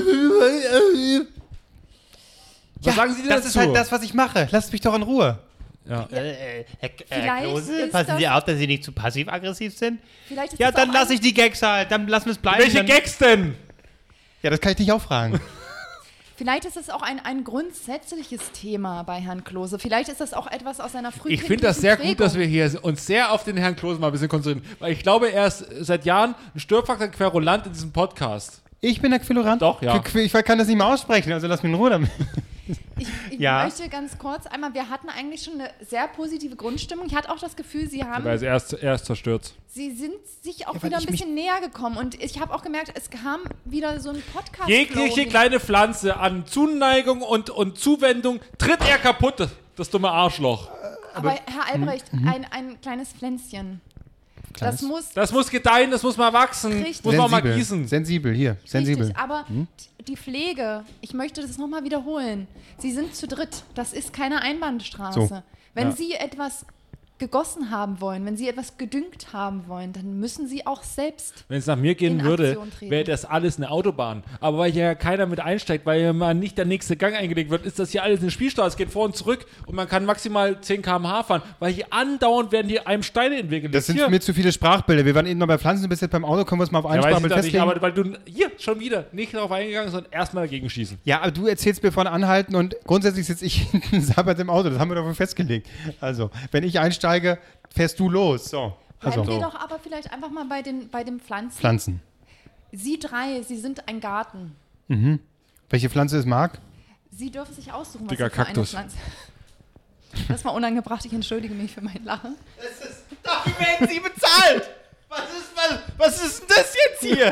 B: Was sagen Sie denn
A: das
B: dazu?
A: ist halt das, was ich mache. Lasst mich doch in Ruhe.
B: Ja.
D: Vielleicht ist
A: passen
D: das-
A: Sie auf, dass Sie nicht zu passiv-aggressiv sind?
D: Vielleicht ist
A: Ja,
D: das
A: dann
D: auch
A: lasse ich die Gags halt. Dann lassen wir es bleiben.
B: Welche
A: dann,
B: Gags denn?
A: Ja, das kann ich dich auch fragen.
D: Vielleicht ist es auch ein grundsätzliches Thema bei Herrn Klose. Vielleicht ist das auch etwas aus seiner frühen
B: Ich finde das sehr gut, dass wir hier uns sehr auf den Herrn Klose mal ein bisschen konzentrieren. Weil ich glaube, er ist seit Jahren ein Störfaktor Querulant in diesem Podcast.
A: Ich bin der Quilorant?
B: Doch, ja.
A: Ich kann das nicht mehr aussprechen, also lass mich in Ruhe damit.
D: Ich
A: Ja.
D: möchte ganz kurz einmal, wir hatten eigentlich schon eine sehr positive Grundstimmung. Ich hatte auch das Gefühl,
B: Aber er ist zerstört.
D: Sie sind sich auch
A: Ja, weil
D: wieder ein
A: ich mich-
D: bisschen näher gekommen. Und ich habe auch gemerkt, es kam wieder so ein Podcast.
B: Jegliche kleine Pflanze an Zuneigung und Zuwendung tritt er kaputt, das dumme Arschloch.
D: Aber Herr Albrecht, ein kleines Pflänzchen. Das muss
B: Das muss gedeihen, das muss mal wachsen,
D: Richtig.
B: muss man mal gießen.
A: Sensibel, hier. Sensibel.
D: richtig, aber die Pflege, ich möchte das nochmal wiederholen. Sie sind zu dritt. Das ist keine Einbahnstraße.
A: So.
D: Wenn
B: Ja.
D: Sie etwas gegossen haben wollen, wenn sie etwas gedüngt haben wollen, dann müssen sie auch selbst.
B: Wenn es nach mir gehen
D: in
B: würde,
D: Aktion treten.
B: wäre das alles eine Autobahn. Aber weil hier keiner mit einsteigt, weil hier mal nicht der nächste Gang eingelegt wird, ist das hier alles eine Spielstraße. Es geht vor und zurück und man kann maximal 10 km/h fahren, weil hier andauernd werden hier einem Steine entwickelt.
A: Das sind
B: hier.
A: mir zu viele Sprachbilder. Wir waren eben noch bei Pflanzen, bis jetzt beim Auto, können wir es mal auf ein
B: Ja, weiß ich
A: Sprachbild
B: doch nicht,
A: festlegen.
B: aber weil du hier schon wieder nicht darauf eingegangen, sondern erstmal dagegen schießen.
A: Ja, aber du erzählst mir von Anhalten und grundsätzlich sitze ich hinten sabbert im Auto. Das haben wir doch wohl festgelegt. Also, wenn ich einsteige, fährst du los. So.
D: Bleiben
A: Also,
D: wir doch aber vielleicht einfach mal bei den Pflanzen.
A: Pflanzen.
D: Sie 3, Sie sind ein Garten.
A: Welche Pflanze es mag?
D: Sie dürfen sich aussuchen, was
B: Dicker
D: Sie für
B: Kaktus.
D: eine Pflanze... Das war unangebracht, ich entschuldige mich für mein Lachen.
C: Dafür werden Sie bezahlt! Was ist denn das jetzt hier?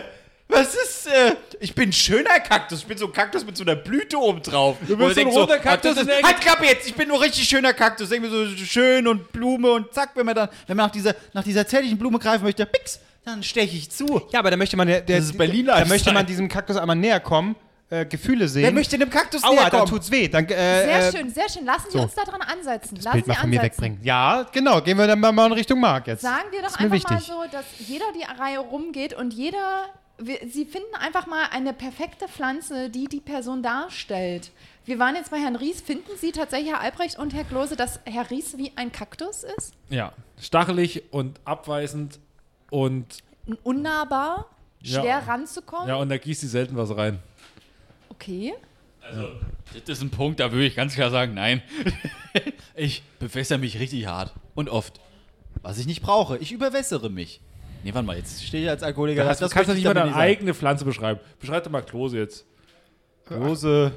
C: Ich bin ein schöner Kaktus. Ich bin so ein Kaktus mit so einer Blüte oben drauf.
B: Du bist so ein roter Kaktus in der Ecke.
C: Halt Klappe jetzt, ich bin nur richtig schöner Kaktus. Irgendwie so schön und Blume und zack, wenn man nach dieser zärtlichen Blume greifen möchte, pix, dann steche ich zu.
A: Ja, aber da möchte man,
C: Das ist Berliner
A: da möchte
C: Lifestyle.
A: man diesem Kaktus einmal näher kommen, Gefühle sehen.
C: Wer möchte dem Kaktus
A: Aua,
C: näher
A: da
C: kommen?
A: tut's weh. Dann,
D: Sehr schön, sehr schön. Lassen Sie
A: so.
D: uns daran ansetzen.
A: das
D: Lassen
A: Bild mal
D: Sie
A: von mir
D: ansetzen.
A: wegbringen. Ja, genau. Gehen wir dann mal in Richtung Marc jetzt.
D: Sagen wir doch
A: ist mir
D: einfach mal
A: wichtig.
D: so, dass jeder die Reihe rumgeht und Sie finden einfach mal eine perfekte Pflanze, die die Person darstellt. Wir waren jetzt bei Herrn Ries. Finden Sie tatsächlich, Herr Albrecht und Herr Klose, dass Herr Ries wie ein Kaktus ist?
B: Ja, stachelig und abweisend und
D: Unnahbar?
B: Ja.
D: Schwer ranzukommen?
B: ja, und da gießt sie selten was rein.
D: Okay.
C: Also, das ist ein Punkt, da würde ich ganz klar sagen, nein. Ich bewässere mich richtig hart und oft. Was ich nicht brauche. Ich überwässere mich. Nee, warte mal, jetzt stehe ich als Alkoholiker.
B: Du kannst
C: möchte
B: doch
C: ich
B: nicht mal
C: damit
B: deine eigene Pflanze beschreiben. Beschreib doch mal Klose jetzt.
C: Klose.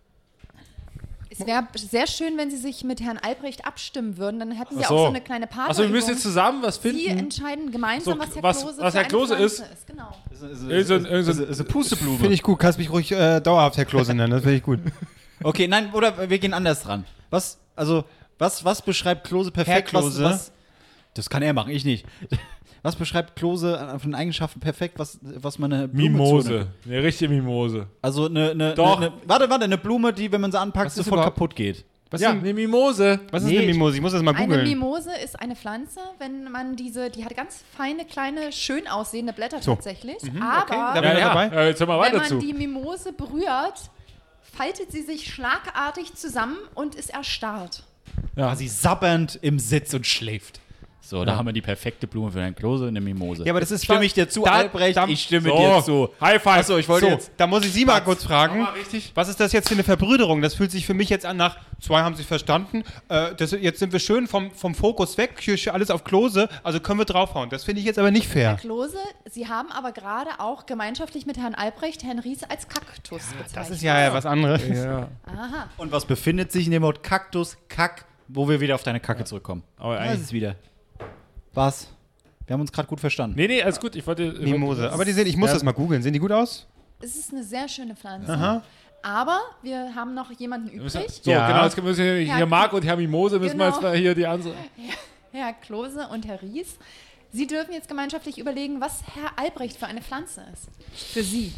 D: Es wäre sehr schön, wenn Sie sich mit Herrn Albrecht abstimmen würden. Dann hätten wir
B: Ach
D: auch
B: so.
D: so eine kleine Partnerübung.
B: Achso, wir müssen jetzt zusammen was
D: Sie
B: finden.
D: entscheiden gemeinsam,
B: So,
D: was Herr
B: was-
D: Klose
B: was
D: für
B: Herr
D: eine
B: Klose
D: Pflanze
B: ist.
D: Genau.
C: Ist eine Pusteblume.
A: Finde ich gut. Kannst mich ruhig dauerhaft Herr Klose nennen. Das finde ich gut.
C: Okay, nein, oder wir gehen anders dran. Was beschreibt Klose perfekt?
A: Herr Klose?
C: Das kann er machen, ich nicht. Was beschreibt Klose von den Eigenschaften perfekt, was man eine Blume
B: Mimose.
C: zunimmt?
B: Eine richtige Mimose.
C: Also
B: Doch.
C: eine Blume, die, wenn man sie anpackt,
A: Was ist
C: sofort
A: überhaupt-
C: kaputt geht.
A: Was
B: Ja,
A: ist,
B: eine Mimose.
A: was ist
C: Nee,
A: eine Mimose? Ich muss das mal
D: Eine
A: googeln.
D: Mimose ist eine Pflanze, wenn man die hat ganz feine, kleine, schön aussehende Blätter tatsächlich. Aber
A: Da
B: Ja,
A: bin ich
B: ja.
A: dabei.
B: Ja, jetzt hör mal
D: wenn
B: weiter
D: man
B: zu.
D: die Mimose berührt, faltet sie sich schlagartig zusammen und ist erstarrt.
B: Ja.
C: Quasi sabbernd im Sitz und schläft. So, da haben wir die perfekte Blume für Herrn Klose, eine Mimose.
A: Ja, aber das ist
C: Stimme ich dir zu,
A: da-
C: Albrecht?
A: da-
C: Ich stimme
B: So,
C: dir zu.
B: High five.
C: Achso, ich wollte
A: So,
C: jetzt...
A: da muss ich Sie mal kurz fragen.
B: Mach mal richtig.
A: Was ist das jetzt für eine Verbrüderung? Das fühlt sich für mich jetzt an nach, zwei haben sich verstanden, jetzt sind wir schön vom Fokus weg, hier alles auf Klose, also können wir draufhauen. Das finde ich jetzt aber nicht
D: Herr
A: fair.
D: Klose, Sie haben aber gerade auch gemeinschaftlich mit Herrn Albrecht Herrn Ries als Kaktus bezeichnet.
A: Das ist ja was anderes.
B: Ja.
D: Aha.
C: Und was befindet sich in dem Wort Kaktus, Kack, wo wir wieder auf deine Kacke zurückkommen?
B: Aber
C: Da ist
B: eigentlich.
C: es wieder. Was? Wir haben uns gerade gut verstanden.
B: Nee, alles gut. Ich wollte.
A: Mimose. Aber die sehen, ich muss das mal googeln. Sehen die gut aus?
D: Es ist eine sehr schöne Pflanze.
A: Aha.
D: Aber wir haben noch jemanden
B: Wir müssen-
D: übrig.
B: So,
A: Ja.
B: genau. Jetzt müssen wir
D: Herr
B: hier Marc und Herr Mimose müssen wir
D: Genau.
B: jetzt mal hier die andere.
D: Herr Klose und Herr Ries. Sie dürfen jetzt gemeinschaftlich überlegen, was Herr Albrecht für eine Pflanze ist. Für Sie.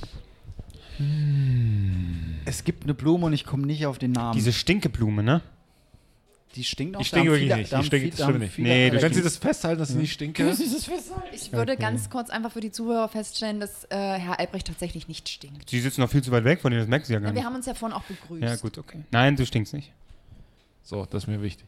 C: Es gibt eine Blume und ich komme nicht auf den Namen.
A: Diese Stinkeblume, ne?
C: die stinkt auch.
B: Ich stinke wirklich nicht. Ich stinke, das stimmt nicht.
A: Nee,
B: Wenn Sie das festhalten, dass ich nicht stinke.
D: Ich würde ganz kurz einfach für die Zuhörer feststellen, dass Herr Albrecht tatsächlich nicht stinkt.
A: Sie sitzen noch viel zu weit weg von denen, das merken Sie ja gar
D: Ja, wir
A: nicht.
D: haben uns ja vorhin auch begrüßt.
A: Ja, gut, okay. Nein, du stinkst nicht.
B: So, das ist mir wichtig.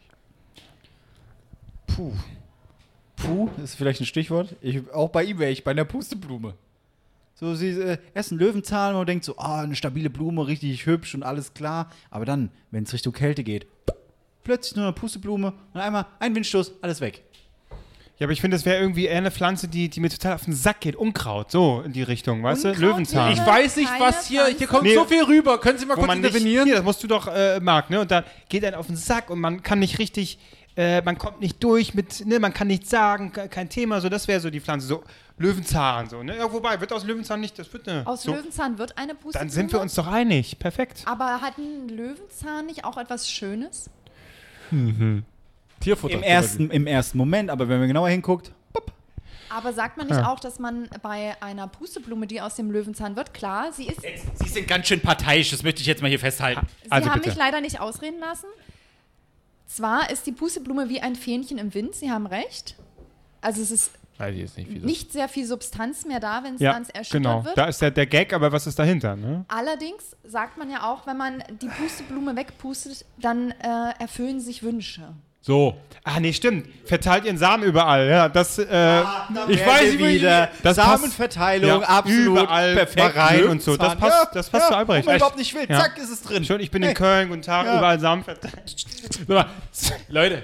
C: Puh, ist vielleicht ein Stichwort. Auch bei ihm wäre ich bei einer Pusteblume. So, sie erst ein Löwenzahn, man denkt so, eine stabile Blume, richtig hübsch und alles klar. Aber dann, wenn es Richtung Kälte geht, plötzlich nur eine Pusteblume und einmal ein Windstoß, alles weg.
A: Ja, aber ich finde, das wäre irgendwie eher eine Pflanze, die mir total auf den Sack geht. Unkraut, so in die Richtung, weißt du?
D: Unkraut
A: Löwenzahn.
D: wäre-
B: Ich weiß nicht,
D: keine
B: was hier. Hier
D: Pflanze.
B: kommt
A: Nee.
B: so viel rüber. Können Sie mal
A: Wo
B: kurz
A: man nicht,
B: intervenieren?
A: hier, das musst du doch, Marc, ne? Und da geht einem auf den Sack und man kann nicht richtig, man kommt nicht durch mit, ne? Man kann nichts sagen, kein Thema, so, das wäre so die Pflanze, so Löwenzahn, so, ne? Ja, wobei, wird aus Löwenzahn nicht, das wird eine.
D: Aus
A: so,
D: Löwenzahn wird eine Pusteblume.
A: dann sind wir uns doch einig, perfekt.
D: Aber hat ein Löwenzahn nicht auch etwas Schönes?
B: Tierfutter.
C: Im ersten Moment, aber wenn man genauer hinguckt,
D: Aber sagt man nicht auch, dass man bei einer Pusteblume, die aus dem Löwenzahn wird, klar, sie ist.
C: Sie sind ganz schön parteiisch, das möchte ich jetzt mal hier festhalten.
D: Sie
A: Also
D: haben
A: bitte.
D: mich leider nicht ausreden lassen. zwar ist die Pusteblume wie ein Fähnchen im Wind, Sie haben recht. Also es ist
B: Weiß ich jetzt nicht, wie das
D: nicht sehr viel Substanz mehr da, wenn es
A: Ja,
D: dann erschüttert
A: genau.
D: wird.
A: Da ist der Gag, aber was ist dahinter, ne?
D: Allerdings sagt man ja auch, wenn man die Pusteblume wegpustet, dann erfüllen sich Wünsche.
B: So.
A: Ah, nee, stimmt. Verteilt ihren Samen überall. Ja, das,
C: Ich
A: weiß nicht,
C: wieder.
A: das
C: Samenverteilung,
A: ja,
C: absolut
A: überall
C: perfekt.
A: mal rein und so. Das passt zu Albrecht.
C: Wo man überhaupt nicht will.
A: Ja.
C: Zack, ist es drin.
A: Schon, ich bin in Köln, guten Tag, überall Samen verteilt.
B: Sag mal, Leute.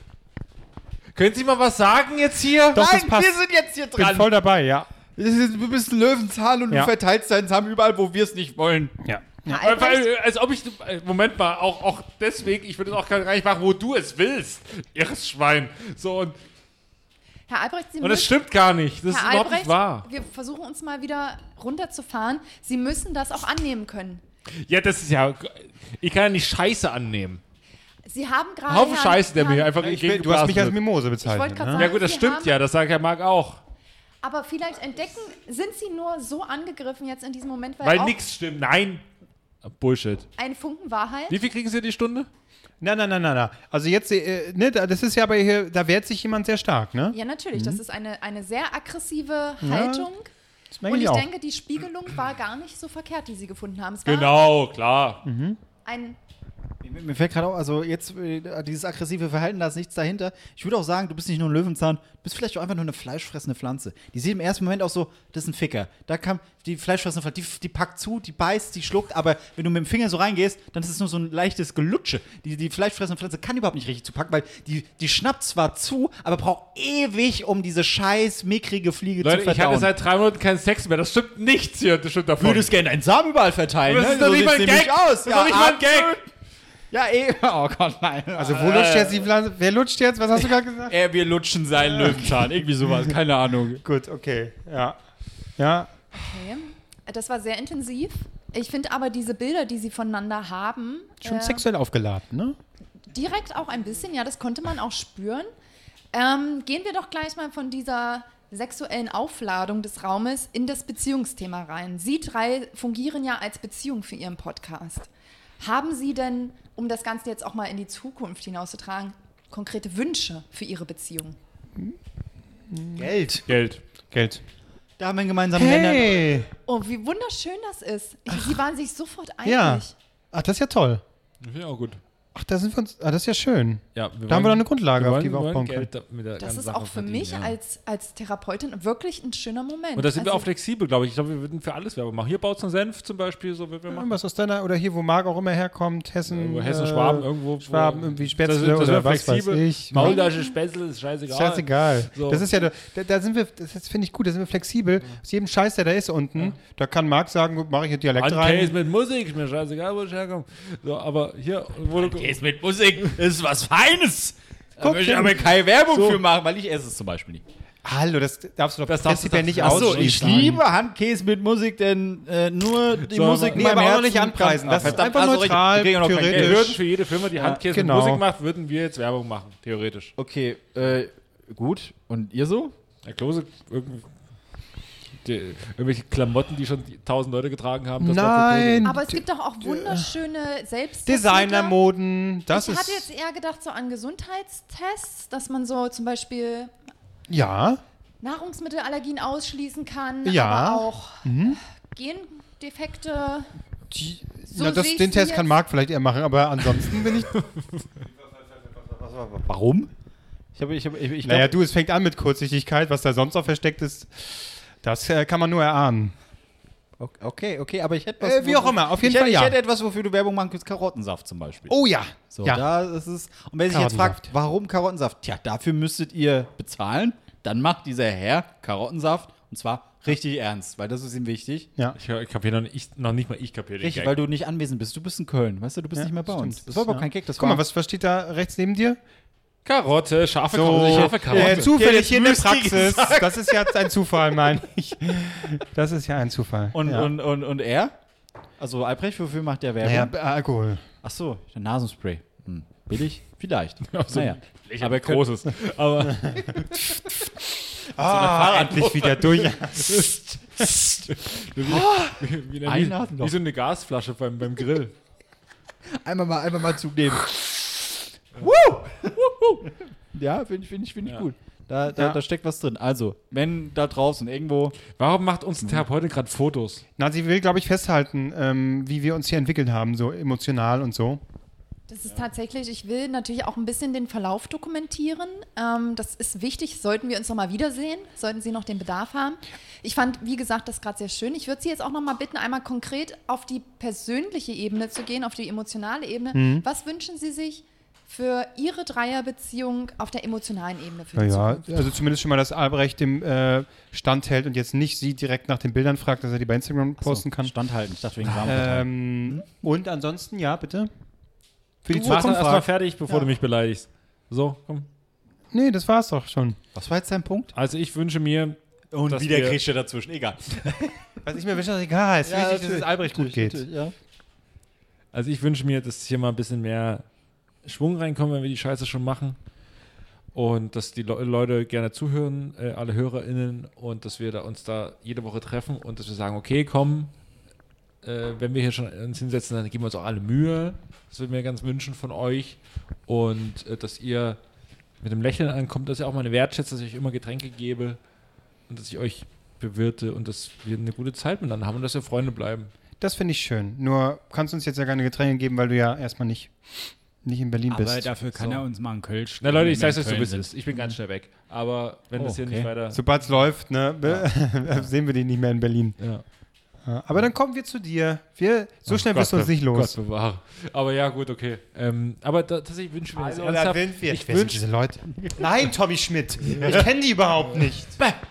B: Können Sie mal was sagen jetzt hier?
A: Doch, das
C: Nein,
A: passt.
C: wir sind jetzt hier
A: Ich bin
C: dran.
A: voll dabei, ja.
C: Du bist ein Löwenzahn und
A: Ja.
C: du verteilst deinen Samen überall, wo wir es nicht wollen.
A: Ja.
D: Herr Albrecht,
B: Als ob ich. Moment mal, auch deswegen, ich würde es auch gar nicht machen, wo du es willst. Irres Schwein. So, und
D: Herr Albrecht, Sie
B: das
D: müssen,
B: stimmt gar nicht. Das ist
D: Herr
B: überhaupt
D: Albrecht,
B: nicht wahr.
D: wir versuchen uns mal wieder runterzufahren. Sie müssen das auch annehmen können.
B: Ja, das ist ja. Ich kann ja nicht Scheiße annehmen.
D: Sie haben gerade.
B: Haufen
D: Herrn-
B: Scheiße, der mir
D: Herrn-
B: einfach
A: Du hast
B: entgegengeblasen
A: mich als
B: wird.
A: Mimose
D: wollte
A: bezeichnet.
D: gerade
A: Ne?
D: sagen,
B: Ja gut, das
D: Sie
B: stimmt
D: haben-
B: ja, das sagt Herr Marc auch.
D: Aber vielleicht sind Sie nur so angegriffen jetzt in diesem Moment,
B: Weil
D: auch
B: nichts stimmt. Nein. Bullshit.
D: ein Funken Wahrheit.
B: Wie viel kriegen Sie die Stunde?
A: Na. Also jetzt, ne, das ist ja aber hier, da wehrt sich jemand sehr stark, ne?
D: Ja, natürlich. Das ist eine sehr aggressive Haltung.
A: Das merke
D: Und ich
A: auch.
D: denke, die Spiegelung war gar nicht so verkehrt, die Sie gefunden haben. Es war
B: Genau, klar.
D: ein
C: Mir fällt gerade auch, also jetzt dieses aggressive Verhalten, da ist nichts dahinter. Ich würde auch sagen, du bist nicht nur ein Löwenzahn, du bist vielleicht auch einfach nur eine fleischfressende Pflanze. Die sieht im ersten Moment auch so, das ist ein Ficker. Da kam die fleischfressende Pflanze, die packt zu, die beißt, die schluckt, aber wenn du mit dem Finger so reingehst, dann ist es nur so ein leichtes Gelutsche. Die fleischfressende Pflanze kann überhaupt nicht richtig zupacken, weil die schnappt zwar zu, aber braucht ewig, um diese scheiß mickrige Fliege
B: Leute,
C: zu
B: ich hatte
C: verdauen.
B: seit 3 Monaten keinen Sex mehr. Das stimmt nichts hier. Das stimmt davon.
C: Würdest gerne einen Samen überall verteilen,
B: Das
C: ne?
B: ist doch nicht
C: sieht's
B: mal ein
C: nämlich
B: Gag.
C: aus.
B: Das ist doch nicht mal ein Gag.
C: absolut. Ja, oh Gott, nein.
A: Also wo lutscht jetzt die Pflanze? Wer lutscht jetzt? Was hast du gerade gesagt?
C: Wir lutschen seinen Löwenzahn. Irgendwie sowas, keine Ahnung.
A: Gut, okay. Ja. Ja.
D: Okay. Das war sehr intensiv. Ich finde aber diese Bilder, die sie voneinander haben,
A: Schon sexuell aufgeladen, ne?
D: direkt auch ein bisschen, ja, das konnte man auch spüren. Gehen wir doch gleich mal von dieser sexuellen Aufladung des Raumes in das Beziehungsthema rein. Sie drei fungieren ja als Beziehung für Ihren Podcast. Haben Sie denn, um das Ganze jetzt auch mal in die Zukunft hinauszutragen, konkrete Wünsche für Ihre Beziehung?
C: Geld.
B: Geld.
C: Da haben wir einen gemeinsamen Nenner.
A: Hey!
D: Oh, wie wunderschön das ist. Sie waren sich sofort einig.
A: Ja. Ach, das ist ja toll.
B: Ja, auch gut.
A: Ach, da sind wir uns. Ah, das ist ja schön.
B: Ja,
A: Da haben wir doch eine Grundlage, auf die wir aufbauen können.
B: Geld mit der
D: Das
B: ganzen
D: ist
B: Sache
D: auch für
B: verdienen,
D: mich
B: ja.
D: als Therapeutin wirklich ein schöner Moment.
B: Und da sind wir
D: Also,
B: auch flexibel, glaube ich. Ich glaube, wir würden für alles Werbung machen. Hier baut einen Senf zum Beispiel, so würden wir machen.
A: Was aus deiner, oder hier, wo Marc auch immer herkommt, Hessen.
B: Hessen, Schwaben, irgendwo.
A: Schwaben, irgendwie
B: Das
A: Spätzle
B: sind- das
A: oder
B: sind
A: was weiß
B: flexibel.
A: ich.
B: Maultasche, Spätzle, ist scheißegal.
A: Scheißegal.
B: So.
A: Das ist ja, da sind wir, das finde ich gut, da sind wir flexibel. Aus jedem Scheiß, der da ist unten, da kann Marc sagen, gut, mache ich hier Dialekt
B: Handcase
A: rein.
B: mit Musik, ist mir scheißegal, wo ich herkomme. So, aber hier, wo du.
C: Gehst mit Musik, das ist was Feines. Da
A: Guck,
C: möchte ich aber keine Werbung
B: So.
C: für machen, weil ich esse es zum Beispiel nicht.
A: Hallo, das darfst du doch
B: Das darfst du
A: prinzipiell
B: doch-
A: nicht
B: Ach so,
A: ausschließen.
C: ich liebe Handkäse mit Musik, denn nur die
B: So,
C: Musik
A: Nee,
C: in meinem
A: aber auch noch
C: Herzen
A: nicht anpreisen.
C: kann-
A: Das ist
C: verdammt,
A: einfach
C: also richtig,
A: neutral,
C: wir kriegen auch noch kein
A: theoretisch.
B: Wir
C: Geld.
B: würden für jede Firma, die Handkäse
A: genau.
B: mit Musik macht, würden wir jetzt Werbung machen, theoretisch.
C: Okay, gut. Und ihr so?
B: Herr Klose, irgendwelche Klamotten, die schon 1000 Leute getragen haben. das war für Klose.
A: Nein.
D: aber es gibt doch auch wunderschöne Selbst.
A: Designermoden, das
D: Ich
A: ist.
D: hatte jetzt eher gedacht so an Gesundheitstests, dass man so zum Beispiel
A: Ja.
D: Nahrungsmittelallergien ausschließen kann,
A: Ja.
D: aber auch Gendefekte. So
A: Na,
D: sehe ich
A: den
D: sie
A: Test kann
D: jetzt.
A: Marc vielleicht eher machen, aber ansonsten bin ich.
C: Warum? Ich glaub,
A: Naja, du, es fängt an mit Kurzsichtigkeit, was da sonst noch versteckt ist. Das kann man nur erahnen.
C: Okay, aber ich hätte was.
A: Wie auch immer, auf jeden Fall
C: Ich
A: ja.
C: hätte etwas, wofür du Werbung machen könntest, Karottensaft zum Beispiel.
A: Oh ja.
C: So,
A: ja.
C: da ist es. Und wer sich jetzt
A: Karottensaft.
C: fragt, warum Karottensaft? Tja, dafür müsstet ihr bezahlen. Dann macht dieser Herr Karottensaft und zwar richtig ernst, weil das ist ihm wichtig.
A: ja.
B: Ich kapiere noch nicht mal ich kapiere den
C: Richtig,
B: Gag.
C: weil du nicht anwesend bist. Du bist in Köln, weißt du, du bist
A: Ja,
C: nicht mehr bei uns.
A: stimmt.
C: Das war überhaupt
A: Ja.
C: kein Gag, das
A: Guck mal,
C: war.
A: was steht da rechts neben dir?
B: Karotte, scharfe Karotte.
A: Zufällig hier in der
C: Müsli
A: Praxis. Das ist ja ein Zufall, meine ich. Das ist ja ein Zufall.
C: Und,
A: ja.
C: und er? Also Albrecht, wofür macht der Werbung?
A: Naja, Alkohol.
C: Ach so, der Nasenspray. Billig? Vielleicht.
B: So
C: naja.
B: aber großes. Aber
A: Endlich wieder durch.
C: Einatmen
B: wie so eine Gasflasche beim Grill.
C: Einmal mal Zug nehmen. Ja, finde ich
B: Ja.
C: gut. Da steckt was drin. Also, wenn da draußen irgendwo.
B: Warum macht uns eine Therapeutin gerade Fotos?
A: Na, sie will, glaube ich, festhalten, wie wir uns hier entwickelt haben, so emotional und so.
D: Das ist tatsächlich, ich will natürlich auch ein bisschen den Verlauf dokumentieren. Das ist wichtig, sollten wir uns nochmal wiedersehen, sollten Sie noch den Bedarf haben. Ich fand, wie gesagt, das gerade sehr schön. Ich würde Sie jetzt auch nochmal bitten, einmal konkret auf die persönliche Ebene zu gehen, auf die emotionale Ebene. Was wünschen Sie sich für Ihre Dreierbeziehung auf der emotionalen Ebene für die
A: Naja,
D: Zukunft?
A: also zumindest schon mal, dass Albrecht dem standhält und jetzt nicht sie direkt nach den Bildern fragt, dass er die bei Instagram posten kann.
C: Standhalten. Ich dachte wegen Rahmenvertrag.
A: Und ansonsten, ja, bitte. Für die
B: Du machst
A: Zukunft.
B: erstmal fertig, bevor du mich beleidigst. So, komm.
A: Nee, das war's doch schon.
C: Was war jetzt dein Punkt?
B: Also ich wünsche mir,
C: Und
B: dass
C: wieder
B: wir-
C: kriegst du dazwischen. Egal.
A: Was ich mir wünsche, ist egal. Es ist wichtig, dass es Albrecht gut geht.
C: Ja.
B: Also ich wünsche mir, dass hier mal ein bisschen mehr Schwung reinkommt, wenn wir die Scheiße schon machen. Und dass die Leute gerne zuhören, alle HörerInnen, und dass wir uns da jede Woche treffen und dass wir sagen, okay, komm, wenn wir hier schon uns hinsetzen, dann geben wir uns auch alle Mühe. Das würde ich mir ganz wünschen von euch. Und dass ihr mit dem Lächeln ankommt, dass ihr auch mal eine Wertschätzt, dass ich euch immer Getränke gebe und dass ich euch bewirte und dass wir eine gute Zeit miteinander haben und dass wir Freunde bleiben.
A: Das finde ich schön. Nur kannst du uns jetzt ja keine Getränke geben, weil du ja erstmal nicht in Berlin
C: Aber
A: bist.
C: dafür kann
B: So.
C: er uns mal einen Kölsch.
B: Na Leute, ich
C: wenn wir
B: sag's
C: in
B: euch so, wie es
C: Köln
B: ist. Ich bin ganz schnell weg. Aber wenn das hier
C: okay.
B: nicht weiter...
A: Sobald es läuft, ne, sehen wir die nicht mehr in Berlin.
B: Ja.
A: Ja, aber dann kommen wir zu dir. So schnell
B: Gott
A: bist du uns nicht los.
B: Gott bewahre. Aber ja, gut, okay. Aber tatsächlich wünsche ich mir das ernsthaft. Ich
A: Wer sind diese Leute? Nein, Tommy Schmidt. Ich kenne die überhaupt nicht.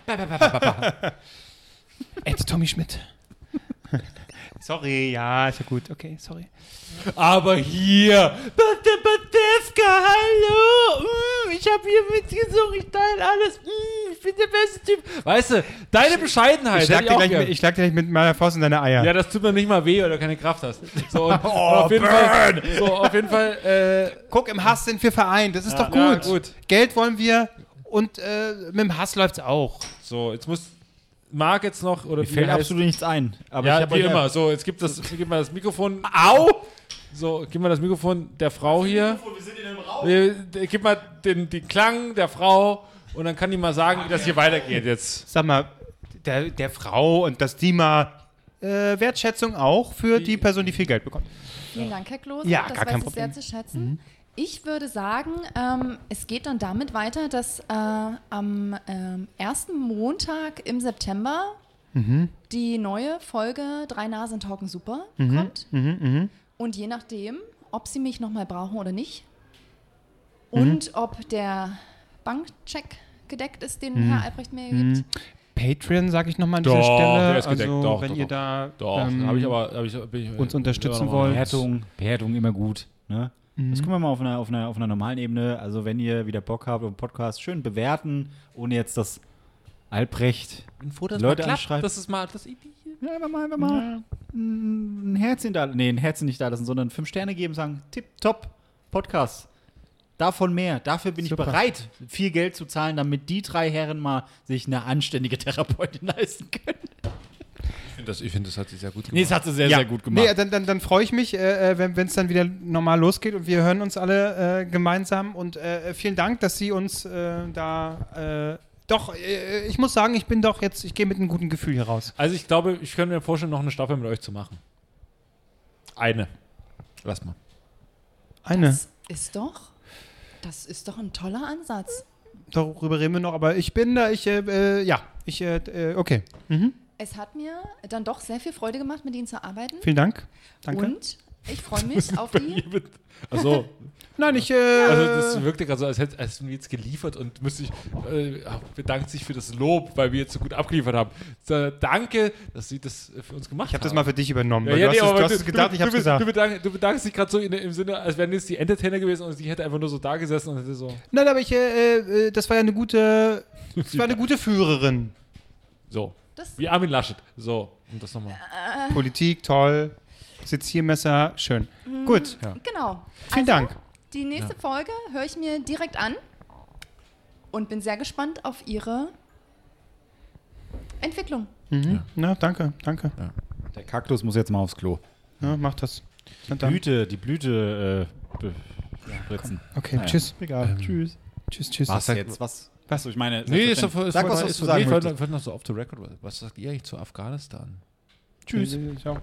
A: Tommy Schmidt. Sorry, ja, ist ja gut. Okay, sorry.
B: Aber hier, Badeska, hallo, ich habe hier mitgesungen, ich teile alles, ich bin der beste Typ. Weißt du, deine Bescheidenheit.
A: Ich schlag,
B: hätte auch gern.
A: ich schlag dir gleich mit meiner Faust in deine Eier.
B: Ja, das tut mir nicht mal weh, weil du keine Kraft hast. So, und auf jeden Fall,
A: Guck, im Hass sind wir vereint. Das ist doch gut.
B: ja, gut.
A: Geld wollen wir und mit dem Hass läuft's auch.
B: so, jetzt muss Marc jetzt noch, oder
C: Mir fällt absolut nichts ein. Aber ich
B: ja,
C: hab
B: wie
C: euch
B: immer. So, jetzt gib mal das Mikrofon. Au! So, gib mal das Mikrofon der Frau hier. Wir sind in einem Raum. Gib mal den Klang der Frau und dann kann die mal sagen, wie das hier weitergeht jetzt.
A: Sag mal, der Frau und dass die mal Wertschätzung auch für die Person, die viel Geld bekommt.
D: Vielen Dank, Herr Klose.
A: Ja,
D: das
A: gar
D: weiß
A: kein
D: ich
A: Problem.
D: sehr zu schätzen. Ich würde sagen, es geht dann damit weiter, dass am ersten Montag im September die neue Folge 3 Nasen talken super kommt. Und je nachdem, ob Sie mich nochmal brauchen oder nicht und ob der Bankcheck gedeckt ist, den Herr Albrecht mir gibt.
A: Patreon, sage ich nochmal an dieser
B: Doch,
A: Stelle.
B: der ist gedeckt.
A: Also,
B: Doch,
A: wenn
B: doch,
A: ihr
B: doch.
A: da
B: Doch, bin ich
A: uns unterstützen
B: ja,
A: wollt.
C: Bewertung immer gut. Ne? Das können wir mal auf einer normalen Ebene. Also wenn ihr wieder Bock habt auf einen Podcast, schön bewerten, ohne jetzt das Albrecht
B: bin froh, dass
C: Leute
B: mal klappt,
C: anschreiben.
B: dass es mal, dass ich
C: Ja, einfach mal ein Herzchen da, nee, ein Herzchen nicht da lassen, sondern 5 Sterne geben, sagen, tipptopp, Podcast. Davon mehr. Dafür bin
A: Super.
C: ich bereit, viel Geld zu zahlen, damit die 3 Herren mal sich eine anständige Therapeutin leisten können.
B: Ich finde, das hat sich sehr gut gemacht.
C: Nee, das hat sie sehr,
A: Ja.
C: sehr gut gemacht.
A: Nee, dann freue ich mich, wenn es dann wieder normal losgeht und wir hören uns alle gemeinsam. Und vielen Dank, dass Sie uns ich muss sagen, ich gehe mit einem guten Gefühl hier raus.
B: Also ich glaube, ich könnte mir vorstellen, noch eine Staffel mit euch zu machen. Eine. Lass mal.
A: Eine.
D: Das ist doch ein toller Ansatz.
A: Darüber reden wir noch, aber ich bin da, okay.
D: Es hat mir dann doch sehr viel Freude gemacht, mit Ihnen zu arbeiten.
A: Vielen Dank. Danke.
D: Und ich freue mich auf die.
B: Achso,
A: Nein,
B: also das wirkte gerade so, als hätten wir jetzt geliefert und bedankt sich für das Lob, weil wir jetzt so gut abgeliefert haben. So, danke, dass Sie das für uns gemacht haben.
A: ich habe das mal für dich übernommen.
B: Ja,
A: weil
B: ja,
A: du
B: aber
A: hast es gedacht, ich habe es gesagt.
B: Du bedankst dich gerade so im Sinne, als wären jetzt die Entertainer gewesen und sie hätte einfach nur so da gesessen und hätte so.
A: Nein, aber das war ja eine gute Führerin.
B: So.
D: Das-
B: Wie Armin Laschet. So. Und das nochmal.
A: Politik, toll. Seziermesser, schön. Gut,
D: Genau.
A: vielen Dank.
D: Die nächste Folge höre ich mir direkt an und bin sehr gespannt auf Ihre Entwicklung.
A: Na, danke.
C: Der Kaktus muss jetzt mal aufs Klo.
A: Ja, mach das. Na dann.
C: Die Blüte spritzen.
A: Okay,
C: Naja,
A: tschüss.
C: Egal. Tschüss.
A: Tschüss.
C: Was jetzt? Was? Ich meine,
B: Nee, ist
C: sag
B: doch
C: was du sagen
B: ich
C: möchtest.
B: wollte noch so off the record. Was sagt ihr eigentlich zu Afghanistan?
A: Tschüss. Ciao.